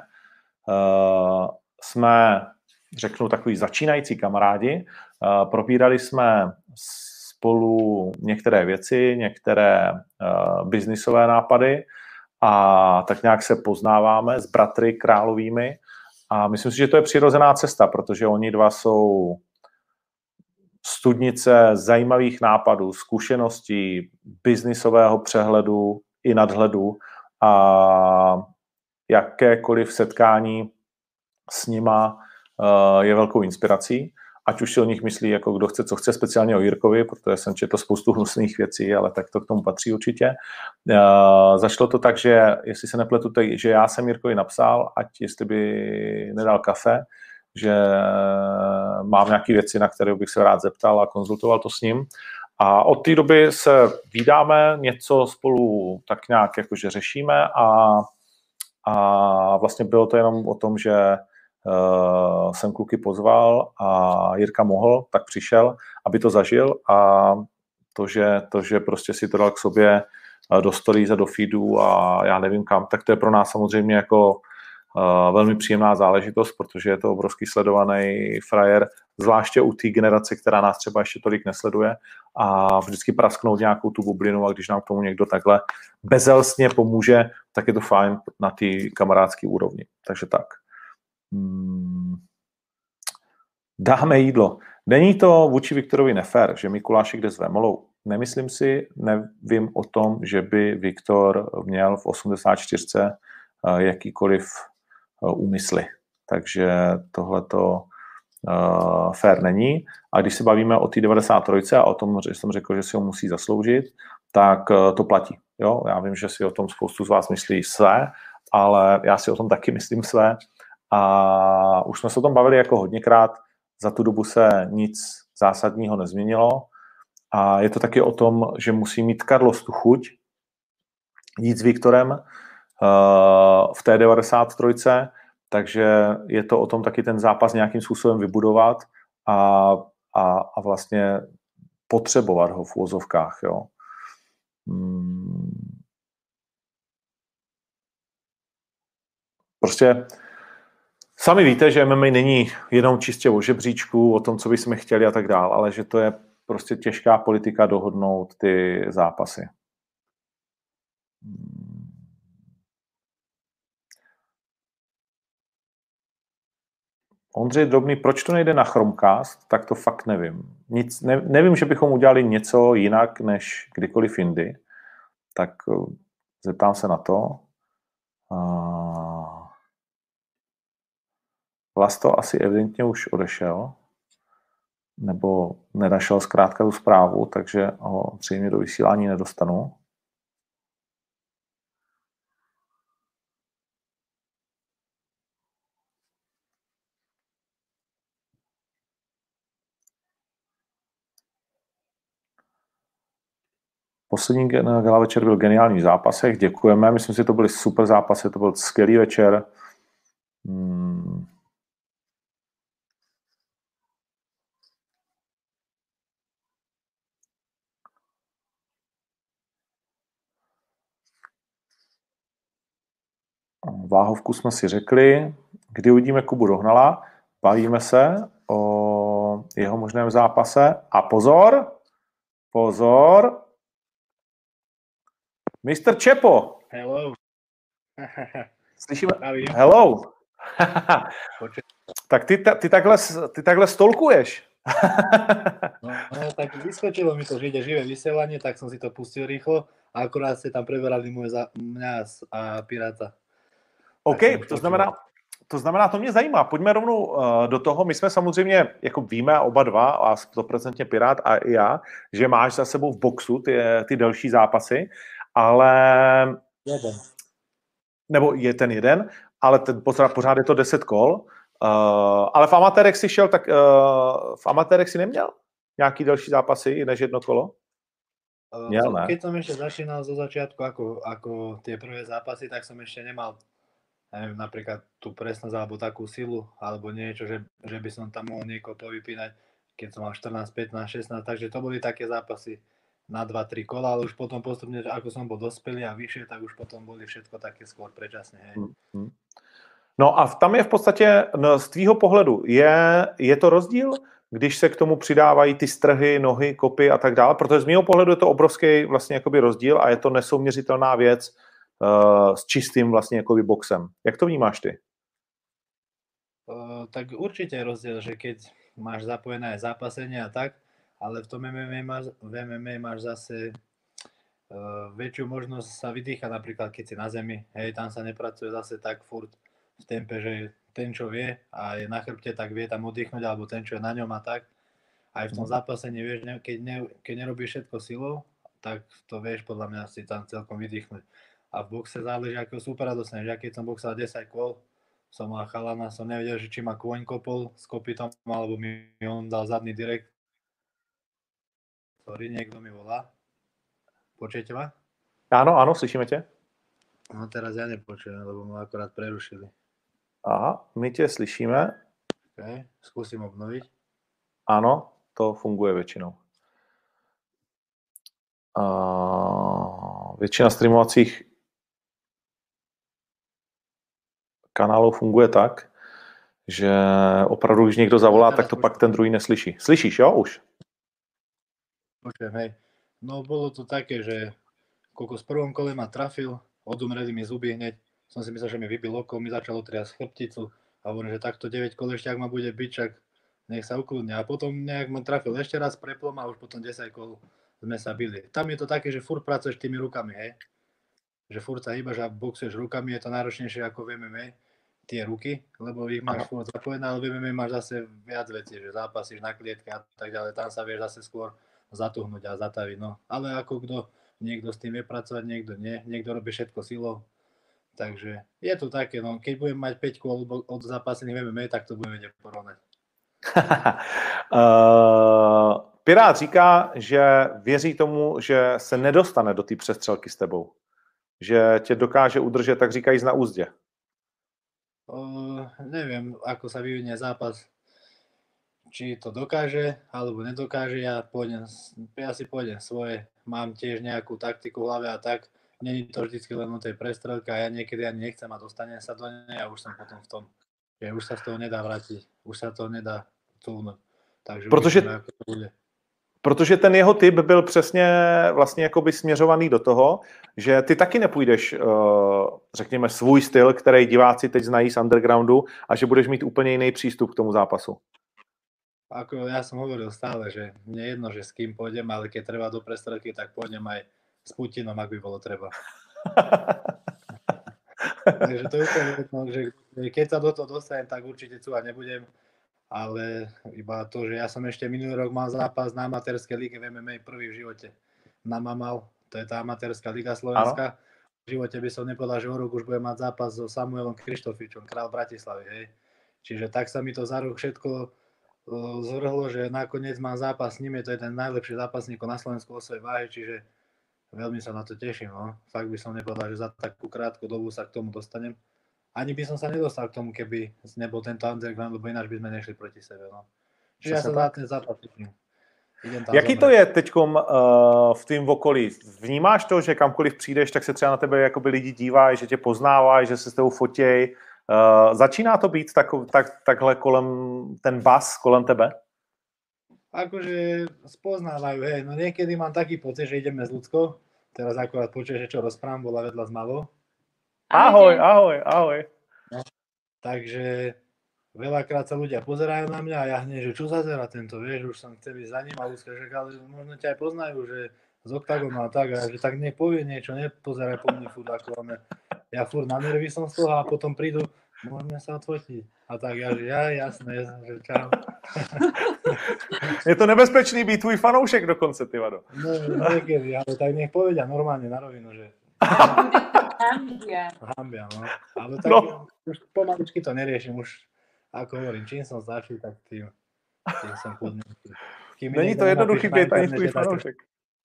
Speaker 3: Jsme, řeknu, takový začínající kamarádi. Probírali jsme spolu některé věci, některé biznisové nápady a tak nějak se poznáváme s bratry Královými a myslím si, že to je přirozená cesta, protože oni dva jsou studnice zajímavých nápadů, zkušeností, biznisového přehledu i nadhledu a jakékoliv setkání s nima je velkou inspirací. Ať už si o nich myslí, jako kdo chce, co chce, speciálně o Jirkovi, protože jsem četl spoustu hnusných věcí, ale tak to k tomu patří určitě. Uh, začalo to tak, že, jestli se nepletu, tak, že já jsem Jirkovi napsal, ať jestli by nedal kafe, že mám nějaké věci, na které bych se rád zeptal a konzultoval to s ním. A od té doby se vídáme, něco spolu tak nějak jakože řešíme a, a vlastně bylo to jenom o tom, že Uh, jsem kluky pozval a Jirka mohl, tak přišel, aby to zažil a to, že, to, že prostě si to dal k sobě do stories a do feedů a já nevím kam, tak to je pro nás samozřejmě jako uh, velmi příjemná záležitost, protože je to obrovský sledovaný frajer, zvláště u té generace, která nás třeba ještě tolik nesleduje a vždycky prasknout nějakou tu bublinu a když nám k tomu někdo takhle bezelstně pomůže, tak je to fajn na té kamarádské úrovni. Takže tak. Dáme jídlo. Není to vůči Viktorovi nefér, že Mikulášek jde s Vémolou? nemyslím si, nevím o tom, že by Viktor měl v osmdesát čtyři jakýkoliv úmysly. Takže tohleto uh, fair není. A když se bavíme o té devadesát tři a o tom, že jsem řekl, že si ho musí zasloužit, tak uh, to platí. Jo? Já vím, že si o tom spoustu z vás myslí své, ale já si o tom taky myslím své. A už jsme se o tom bavili jako hodněkrát. Za tu dobu se nic zásadního nezměnilo. A je to taky o tom, že musí mít Carlos tu chuť jít s Viktorem uh, v té devadesát tři, takže je to o tom taky ten zápas nějakým způsobem vybudovat a, a, a vlastně potřebovat ho v úvozovkách. Jo. Hmm. Prostě sami víte, že M M A není jenom čistě o žebříčku, o tom, co bychom chtěli a tak dál, ale že to je prostě těžká politika dohodnout ty zápasy. Ondřej Drobný, proč to nejde na Chromecast, tak to fakt nevím. Nic, ne, nevím, že bychom udělali něco jinak, než kdykoliv jindy. Tak zeptám se na to. Uh, Vlasto asi evidentně už odešel, nebo nenašel zkrátka tu zprávu, takže ho zřejmě do vysílání nedostanu. Poslední gala večer byl geniální v zápasech, děkujeme, myslím si, že to byly super zápasy, to byl skvělý večer. Hmm. Váhovku jsme si řekli, kdy uvidíme Kubu Dohnala, bavíme se o jeho možném zápase a pozor, pozor, mister Čepo.
Speaker 5: Hello.
Speaker 3: Slyšíme? Hello. Tak ty, ty, takhle, ty takhle stolkuješ.
Speaker 5: no, no, tak vyskočilo mi to, že ide živé vysielanie, tak som si to pustil rýchlo a akurát ste tam preberali moje za, mňa a Piráta.
Speaker 3: OK, to znamená, to znamená, to mě zajímá. Pojďme rovnou uh, do toho. My jsme samozřejmě, jako víme oba dva, a sto procent Pirát a i já, že máš za sebou v boxu ty, ty další zápasy, ale...
Speaker 5: Jeden.
Speaker 3: Nebo je ten jeden, ale ten, pořád, pořád je to deset kol. Uh, ale v amatérech si šel, tak uh, v amatérech si neměl nějaký další zápasy než jedno kolo?
Speaker 5: Měl, ne? Keď som ešte začínal zo začiatku ako, ako tie prvé zápasy, tak som ešte nemal neviem, napríklad tú presnosť alebo takú silu alebo niečo, že, že by som tam mohol niekoho povypínať, keď som mal štrnásť, pätnásť, šestnásť, takže to boli také zápasy na dva tri kola, ale už potom postupne, ako som bol dospelý a vyššie, tak už potom boli všetko také skôr predčasne. Hej.
Speaker 3: Mm-hmm. No a tam je v podstatě, no, z tvýho pohledu, je, je to rozdíl, když se k tomu přidávají ty strhy, nohy, kopy a tak dále, protože z mýho pohledu je to obrovský vlastně jakoby rozdíl a je to nesouměřitelná věc uh, s čistým vlastně jakoby boxem. Jak to vnímáš ty?
Speaker 5: Uh, tak určite je rozdiel, že keď máš zapojené aj zápasenie a tak, ale v tom M M A máš, v M M A máš zase uh, väčšiu možnosť sa vydýchať, napríklad keď si na zemi, hej, tam sa nepracuje zase tak furt v tempe, že ten, čo vie a je na chrbte, tak vie tam oddychnúť, alebo ten, čo je na ňom a tak. Aj v tom zápase nevieš, ne, keď, ne, keď nerobíš všetko silou, tak to vieš podľa mňa si tam celkom vydýchnuť. A v boxe záleží, akého supera dostaneš. Ja keď som boxal desať kôl, som mal chalana, som nevedel, že či ma kôň kopol s kopytom, alebo mi on dal zadný direkt. Sorry, niekto mi volá. Počujete ma?
Speaker 3: Áno, áno, slyšíme tě.
Speaker 5: No teraz ja nepočujem, lebo ma akorát prerušili.
Speaker 3: Aha, my tě slyšíme.
Speaker 5: Okay, skúsim obnoviť.
Speaker 3: Ano, to funguje většinou. Uh, většina streamovacích kanálů funguje tak, že opravdu, když někdo zavolá, tak to pak ten druhý neslyší. Slyšíš, jo, už?
Speaker 5: Počujem, hej. No bolo to také, že koľko v prvom kole ma trafil, odumreli mi zuby hneď, som si myslel, že mi vybil oko, mi začalo triasť chrbticu a hovorím, že takto deväť kol ešte, ak ma bude byť, čak nech sa ukludne. A potom nejak ma trafil ešte raz preplom a už potom desať kol sme sa bili. Tam je to také, že furt pracuješ tými rukami, hej. Že furt sa hýbaš a boxuješ rukami, je to náročnejšie ako v em em á, tie ruky, lebo ich máš furt zapojené, ale v em em á máš zase viac vecí, že zápasíš na klietke a tak ďalej, tam sa vieš zase skôr zatuhnúť a zataviť, no. Ale ako kto, niekto s tým vie pracovať, niekto nie, niekto robí všetko silou, takže je to také, no. Keď budem mať päť kôl od zápasených v em em á, tak to budeme vedieť porovnať.
Speaker 3: uh, Pirát říká, že věří tomu, že se nedostane do té přestřelky s tebou. Že tě dokáže udržet, tak říkají, na úzdě.
Speaker 5: Uh, neviem, ako sa vyvinie zápas. Či to dokáže, alebo nedokáže, ja, pôjdem, ja si pôjdem svoje. Mám tiež nejakú taktiku v hlave a tak. Není to vždycky len o tej prestrelke a ja niekedy ani nechcem a dostanem sa do nej a už som potom v tom. Že už sa z toho nedá vrátiť. Už sa to nedá cúvnuť. Takže
Speaker 3: Protože...
Speaker 5: uvidíme, ako to bude.
Speaker 3: Protože ten jeho typ byl přesně vlastně jakoby směřovaný do toho, že ty taky nepůjdeš, řekněme, svůj styl, který diváci teď znají z undergroundu a že budeš mít úplně jiný přístup k tomu zápasu.
Speaker 5: Ako ja som hovoril stále, že mne jedno, že s kým pôjdem, ale keď treba do prestrelky, tak pôjdem aj s Putinom, ak by bolo treba. Takže to je úplne jedno, že keď sa do toho dostanem, tak určite cúvať nebudem. Ale iba to, že ja som ešte minulý rok mal zápas na amatérskej lige v em em á prvý v živote. Na Mamal, to je tá amatérska liga Slovenska. Ano. V živote by som nepovedal, že o rok už budem mať zápas so Samuelom Krištofičom, král Bratislavy, hej. Čiže tak sa mi to za rok všetko uh, zvrhlo, že nakoniec mám zápas s ním, je to jeden najlepší zápasníkov na Slovensku o svojej váhe, čiže veľmi sa na to teším, no. Fakt by som nepovedal, že za takú krátku dobu sa k tomu dostanem. Ani by som sa nedostal k tomu, keby nebol tento underground, lebo ináč by sme nešli proti sebe. No. Čiže ja sa za ten zápas typním.
Speaker 3: Jaký to je teďkom uh, v tvým okolí? Vnímáš to, že kamkoliv přijdeš, tak se třeba na tebe jakoby lidi dívají, že tě poznávají, že se s tebou fotěj? Uh, začíná to být tak, tak, takhle kolem, ten bas kolem tebe?
Speaker 5: Akože spoznávajú, hej. No niekedy mám taký pocit, že ideme s ľudskou. Teraz akorát počuješ, že čo rozprávam, bola vedľa s Malou.
Speaker 3: Ahoj, ahoj, ahoj.
Speaker 5: No, takže veľakrát sa ľudia pozerajú na mňa a ja hneď, že čo zazerá tento, vieš, už som chcel ísť za ním a ľudská, že ale možno ťa aj poznajú, že z oktagonu a tak, a že tak nech povie niečo, nepozeraj po mne furt, ako máme. Ja furt na nervy som z toho a potom prídu, môžeme sa odfotiť. A tak ja, že ja, jasné, že čau.
Speaker 3: Je to nebezpečný být tvůj fanoušek dokonce, ty vado.
Speaker 5: No, niekedy, ale tak nech povedia normálne na rovinu, že
Speaker 6: Hambia.
Speaker 5: Hambia, no. Ale tak
Speaker 3: No.
Speaker 5: už pomaličky to neriešim, už ako hovorím, čím som začal, tak tým, tým som kľudnejší.
Speaker 3: Není to jednoduchý být ani tvůj fanoušek.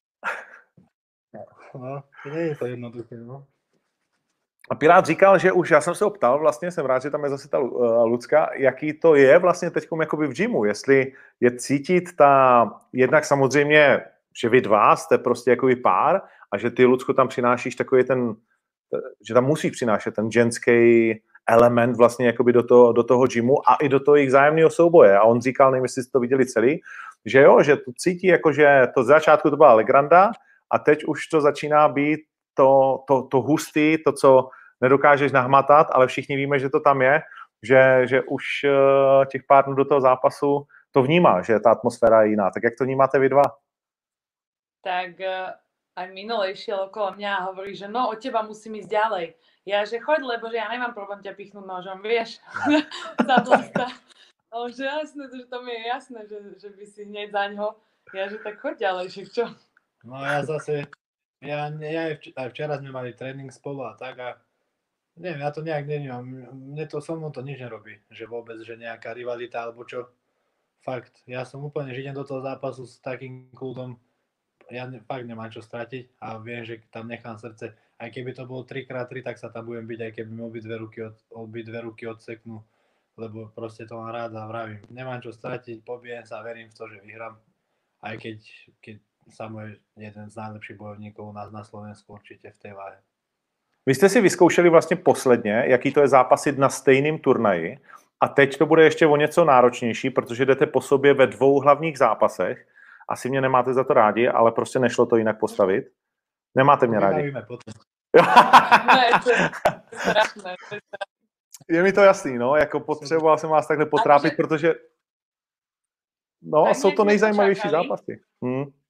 Speaker 5: No, nie je to jednoduché, no.
Speaker 3: A Pirát říkal, že už, já jsem se ho ptal, vlastně jsem rád, že tam je zase ta uh, Lucka, jaký to je vlastně teďkom jakoby v gymu, jestli je cítit ta, jednak samozřejmě, že vy dva jste prostě jakoby pár a že ty, Lucko, tam přinášíš takový ten, že tam musíš přinášet ten ženský element vlastně jakoby do toho, do toho gymu a i do toho jejich vzájemného souboje. A on říkal, nevím, jestli jste to viděli celý, že jo, že to cítí jako, že to z začátku to byla legranda a teď už to začíná být to, to, to hustý, to, co nedokážeš nahmatat, ale všichni víme, že to tam je, že, že už uh, těch pár dnů do toho zápasu to vnímá, že ta atmosféra je jiná. Tak jak to vnímáte vy dva?
Speaker 6: Tak uh, aj minule išiel okolo mňa a hovorí, že no, od teba musím ísť ďalej. Ja, že choď, lebo že ja nemám problém ťa pichnúť nožom, vieš, zablasta. Ale že jasné, že to mi je jasné, že, že by si hneď zaňho. Ja, že tak choď ďalej, však čo?
Speaker 5: No ja zase, ja, ja aj, vč- aj včera sme mali tréning spolu a tak a neviem, ja to nejak nevnímam. Mne to so mnou to nič nerobí, že vôbec, že nejaká rivalita alebo čo. Fakt, ja som úplne, že idem do toho zápasu s takým kľudom, ja ne, fakt nemám čo stratiť a viem, že tam nechám srdce. Aj keby to bolo tri krát tri, tak sa tam budem byť, aj keby mi obidve ruky, od, obidve ruky odseknú, lebo proste to mám rád a vravím. Nemám čo stratiť, pobijem sa, verím v to, že vyhrám. Aj keď, keď Samuel je jeden z najlepších bojovníkov u nás na Slovensku určite v tej váhe.
Speaker 3: Vy jste si vyzkoušeli vlastně posledně, jaký to je zápasit na stejném turnaji a teď to bude ještě o něco náročnější, protože jdete po sobě ve dvou hlavních zápasech. Asi mě nemáte za to rádi, ale prostě nešlo to jinak postavit. Nemáte mě rádi.
Speaker 6: Ne, to je strašné.
Speaker 3: Je mi to jasný, no, jako potřeboval jsem vás takhle potrápit,
Speaker 6: že...
Speaker 3: protože no,
Speaker 6: tak
Speaker 3: jsou to nejzajímavější
Speaker 6: čakali.
Speaker 3: zápasy. Hm.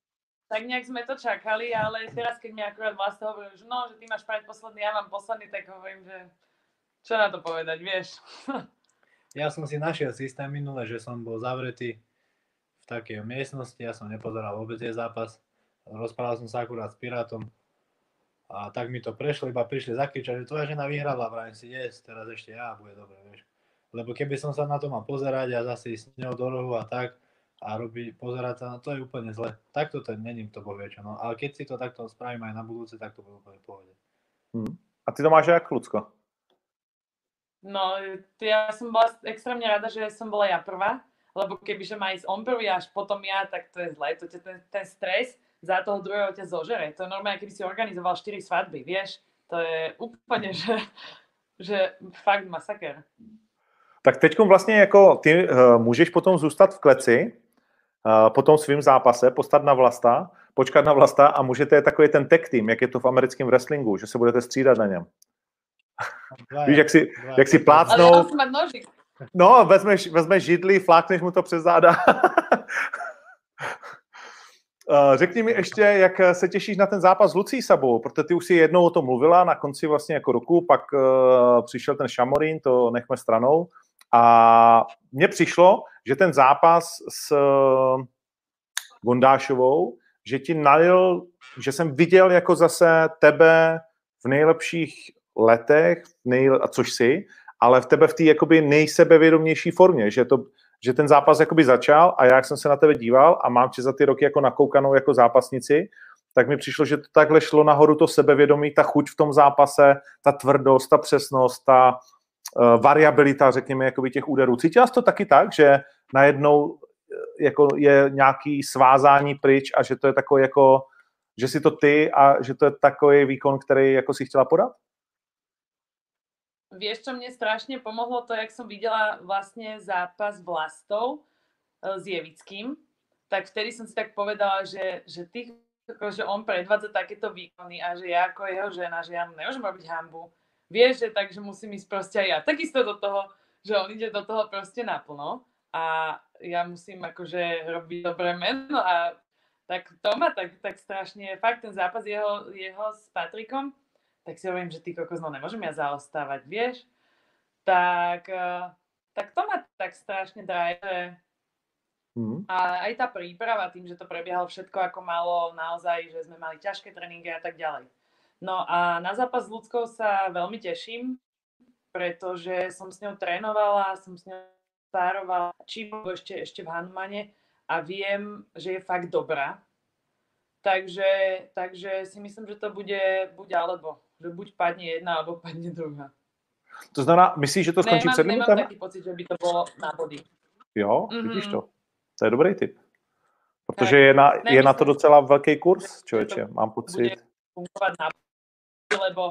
Speaker 6: tak nejak sme to čakali, ale teraz, keď mi akurát Vlasta hovoril, že no, že ty máš predposledný, ja mám posledný, tak hovorím, že čo na to povedať, vieš.
Speaker 5: Ja som si našiel systém minule, že som bol zavretý v takej miestnosti, ja som nepozeral vôbec je zápas. Rozprával som sa akurát s Pirátom a tak mi to prešlo, iba prišli zakričať, že tvoja žena vyhrala, vrajím si, yes, teraz ešte ja, bude dobre, vieš. Lebo keby som sa na to mal pozerať a zase ísť s ňou do rohu a tak a robiť, pozerať sa, no to je úplne zle. Takto to není, to boh vie čo, no. Ale keď si to takto spravím aj na budúce, tak to bude úplne v pohode.
Speaker 3: Hmm. A ty to máš jak, Lucko?
Speaker 6: No, ja som bola extrémne rada, že som bola ja prvá, lebo kebyže má ísť on prvý až potom ja, tak to je zle. To je ten, ten stres za toho druhého ťa zožere. To je normálne, keby si organizoval štyri svadby, vieš. To je úplne, že, že fakt masaker.
Speaker 3: Tak teď vlastně jako ty uh, můžeš potom zůstat v kleci, uh, po tom svým zápase, postat na Vlasta, počkat na Vlasta a můžete takový ten tag team, jak je to v americkém wrestlingu, že se budete střídat na něm. Víš, jak si, jak si plácnou...
Speaker 6: Ale mať nožik.
Speaker 3: No, vezmeš, vezmeš židli, flákneš mu to přes záda. Řekni mi ještě, jak se těšíš na ten zápas s Lucí Sabou, protože ty už si jednou o tom mluvila na konci vlastně jako roku, pak uh, přišel ten Šamorín, to nechme stranou. A mně přišlo, že ten zápas s uh, Gondášovou, že ti nalil, že jsem viděl jako zase tebe v nejlepších letech, nej, což jsi, ale v tebe v té jakoby nejsebevědomější formě, že, to, že ten zápas jakoby začal a já, jak jsem se na tebe díval a mám tě za ty roky jako nakoukanou jako zápasnici, tak mi přišlo, že to takhle šlo nahoru to sebevědomí, ta chuť v tom zápase, ta tvrdost, ta přesnost, ta uh, variabilita, řekněme, jakoby těch úderů. Cítila jsi to taky tak, že najednou jako je nějaký svázání pryč a že to je takový jako, že si to ty a že to je takový výkon, který jako si chtěla podat?
Speaker 6: Vieš, čo mne strašne pomohlo to, jak som videla vlastne zápas Vlastov s Jevickým, tak vtedy som si tak povedala, že, že, ty, že on predvádza takéto výkony a že ja ako jeho žena, že ja mu nemôžem robiť hanbu. Vieš, že takže musím ísť proste aj ja takisto do toho, že on ide do toho proste naplno a ja musím akože robiť dobré meno a tak to ma tak, tak strašne, fakt ten zápas jeho, jeho s Patrikom, tak si hovorím, že ty kokos, no nemôžem ja zaostávať, vieš. Tak, tak to ma tak strašne drive. Mm. A aj tá príprava, tým, že to prebiehalo všetko ako malo, naozaj, že sme mali ťažké tréningy a tak ďalej. No a na zápas s Ľudskou sa veľmi teším, pretože som s ňou trénovala, som s ňou párovala, či ešte, ešte v Hanumane a viem, že je fakt dobrá. Takže, takže si myslím, že to bude buď alebo. Že buď padne jedna, alebo padne druhá.
Speaker 3: To znamená, myslíš, že to skončí před minutem?
Speaker 6: Nemám taký pocit, že by to bolo na body.
Speaker 3: Jo,
Speaker 6: mm-hmm.
Speaker 3: Vidíš to. To je dobrý tip. Protože tak, je, na, je na to docela velký kurz, člověče, mám pocit.
Speaker 6: Bude fungovat na body, lebo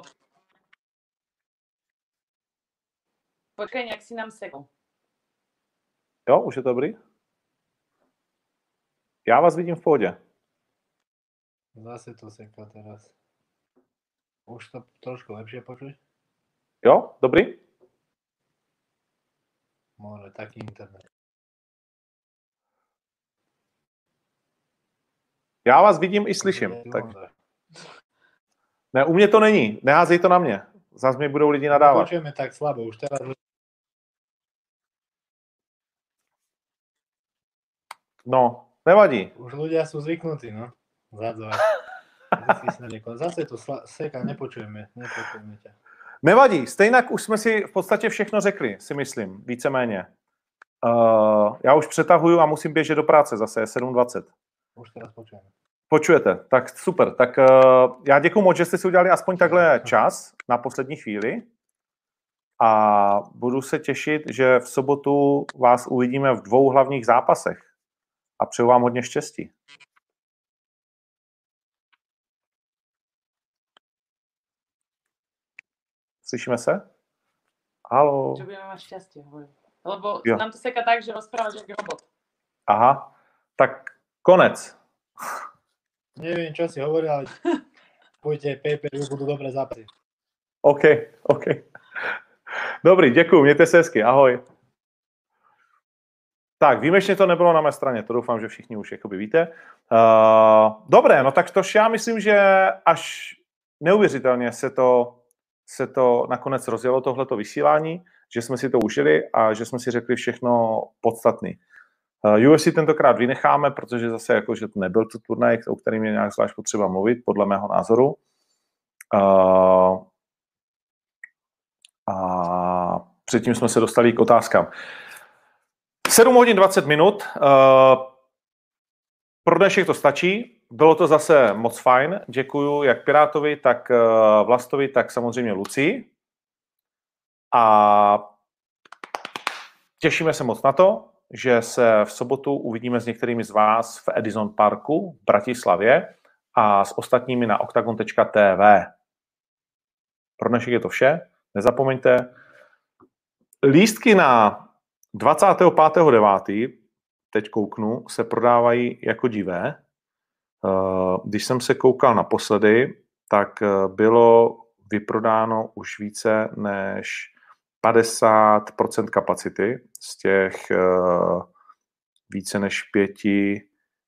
Speaker 6: počkej, nějak si nám sekl.
Speaker 3: Jo, už je to dobrý? Já vás vidím v pohodě.
Speaker 5: Zase to seká teraz. Už to trošku lepšie počuť?
Speaker 3: Jo, dobrý?
Speaker 5: More, taký internet.
Speaker 3: Já vás vidím i slyším. Tak. Ne, u mě to není. Neházej to na mě. Zas mi budou lidi nadávat.
Speaker 5: Počujeme tak slabo. Už teraz...
Speaker 3: No, nevadí.
Speaker 5: Už ľudia sú zvyknutí, no. Zadzovať. Zase to seka, nepočujeme, nepočujeme ťa.
Speaker 3: Nevadí, stejnak už jsme si v podstatě všechno řekli, si myslím, víceméně. Uh, já už přetahuju a musím běžet do práce zase, je sedm dvacet.
Speaker 5: Už teraz počujeme.
Speaker 3: Počujete, tak super. Tak uh, já děkuju moc, že jste si udělali aspoň takhle čas na poslední chvíli a budu se těšit, že v sobotu vás uvidíme v dvou hlavních zápasech a přeju vám hodně štěstí. Slyšíme se? Haló.
Speaker 6: Že budeme mať šťastie, hovorím. Lebo jo. Nám to seka tak, že rozprávaš jak robot.
Speaker 3: Aha, tak konec.
Speaker 5: Neviem, čo si hovoril, ale pojďte, Pepe, budú dobré zápasy.
Speaker 3: OK, OK. Dobrý, děkuju, mějte se hezky, ahoj. Tak, výjimečně to nebylo na mé straně, to doufám, že všichni už jakoby víte. Uh, dobré, no tak tož já myslím, že až neuvěřitelně se to, se to nakonec rozjelo tohleto vysílání, že jsme si to užili a že jsme si řekli všechno podstatné. Uh, U F C tentokrát vynecháme, protože zase jako, že to nebyl to turnaj, o kterým je nějak zvlášť potřeba mluvit, podle mého názoru. Uh, a předtím jsme se dostali k otázkám. sedm hodin dvacet minut. Uh, pro dnešek to stačí. Bylo to zase moc fajn. Děkuju jak Pirátovi, tak uh, Vlastovi, tak samozřejmě Lucii. A těšíme se moc na to, že se v sobotu uvidíme s některými z vás v Edison Parku v Bratislavě a s ostatními na octagon tečka t v. Pro dnešek je to vše. Nezapomeňte. Lístky na dvacátého pátého devátého teď kouknu, se prodávají jako divé. Když jsem se koukal naposledy, tak bylo vyprodáno už více než padesát procent kapacity z těch více než pěti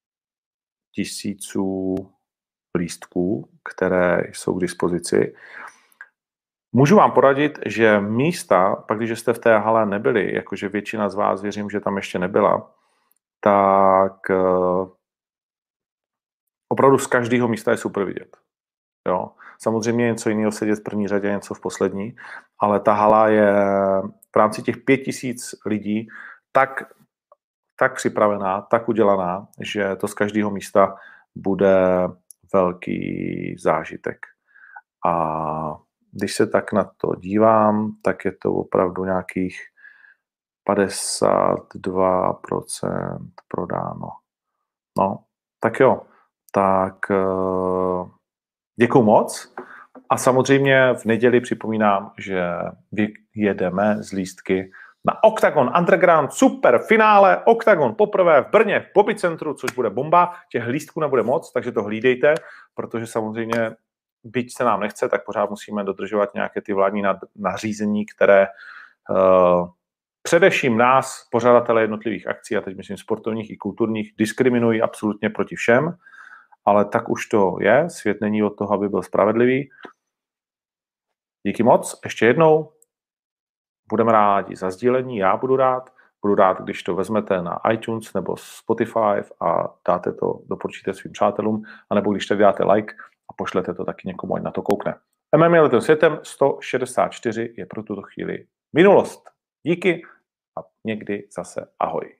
Speaker 3: tisíců lístků, které jsou k dispozici. Můžu vám poradit, že místa, pak když jste v té hale nebyli, jakože většina z vás věřím, že tam ještě nebyla, tak uh, opravdu z každého místa je super vidět. Jo. Samozřejmě něco jiného sedět v první řadě, něco v poslední, ale ta hala je v rámci těch pět tisíc lidí tak, tak připravená, tak udělaná, že to z každého místa bude velký zážitek. A když se tak na to dívám, tak je to opravdu nějakých padesát dva procent prodáno. No, tak jo. Tak děkuju moc. A samozřejmě v neděli připomínám, že jedeme z lístky na Octagon Underground super finále. Octagon poprvé v Brně v Bobby centru, což bude bomba. Těch lístků nebude moc, takže to hlídejte, protože samozřejmě byť se nám nechce, tak pořád musíme dodržovat nějaké ty vládní nařízení, které uh, především nás, pořadatele jednotlivých akcí, a teď myslím sportovních i kulturních, diskriminují absolutně proti všem, ale tak už to je, svět není od toho, aby byl spravedlivý. Díky moc, ještě jednou, budeme rádi za sdílení, já budu rád, budu rád, když to vezmete na iTunes nebo Spotify a dáte to, doporučíte svým přátelům, anebo když tak dáte like a pošlete to taky někomu, ať na to koukne. M M A letem světem sto šedesát čtyři je pro tuto chvíli minulost. Díky a někdy zase ahoj.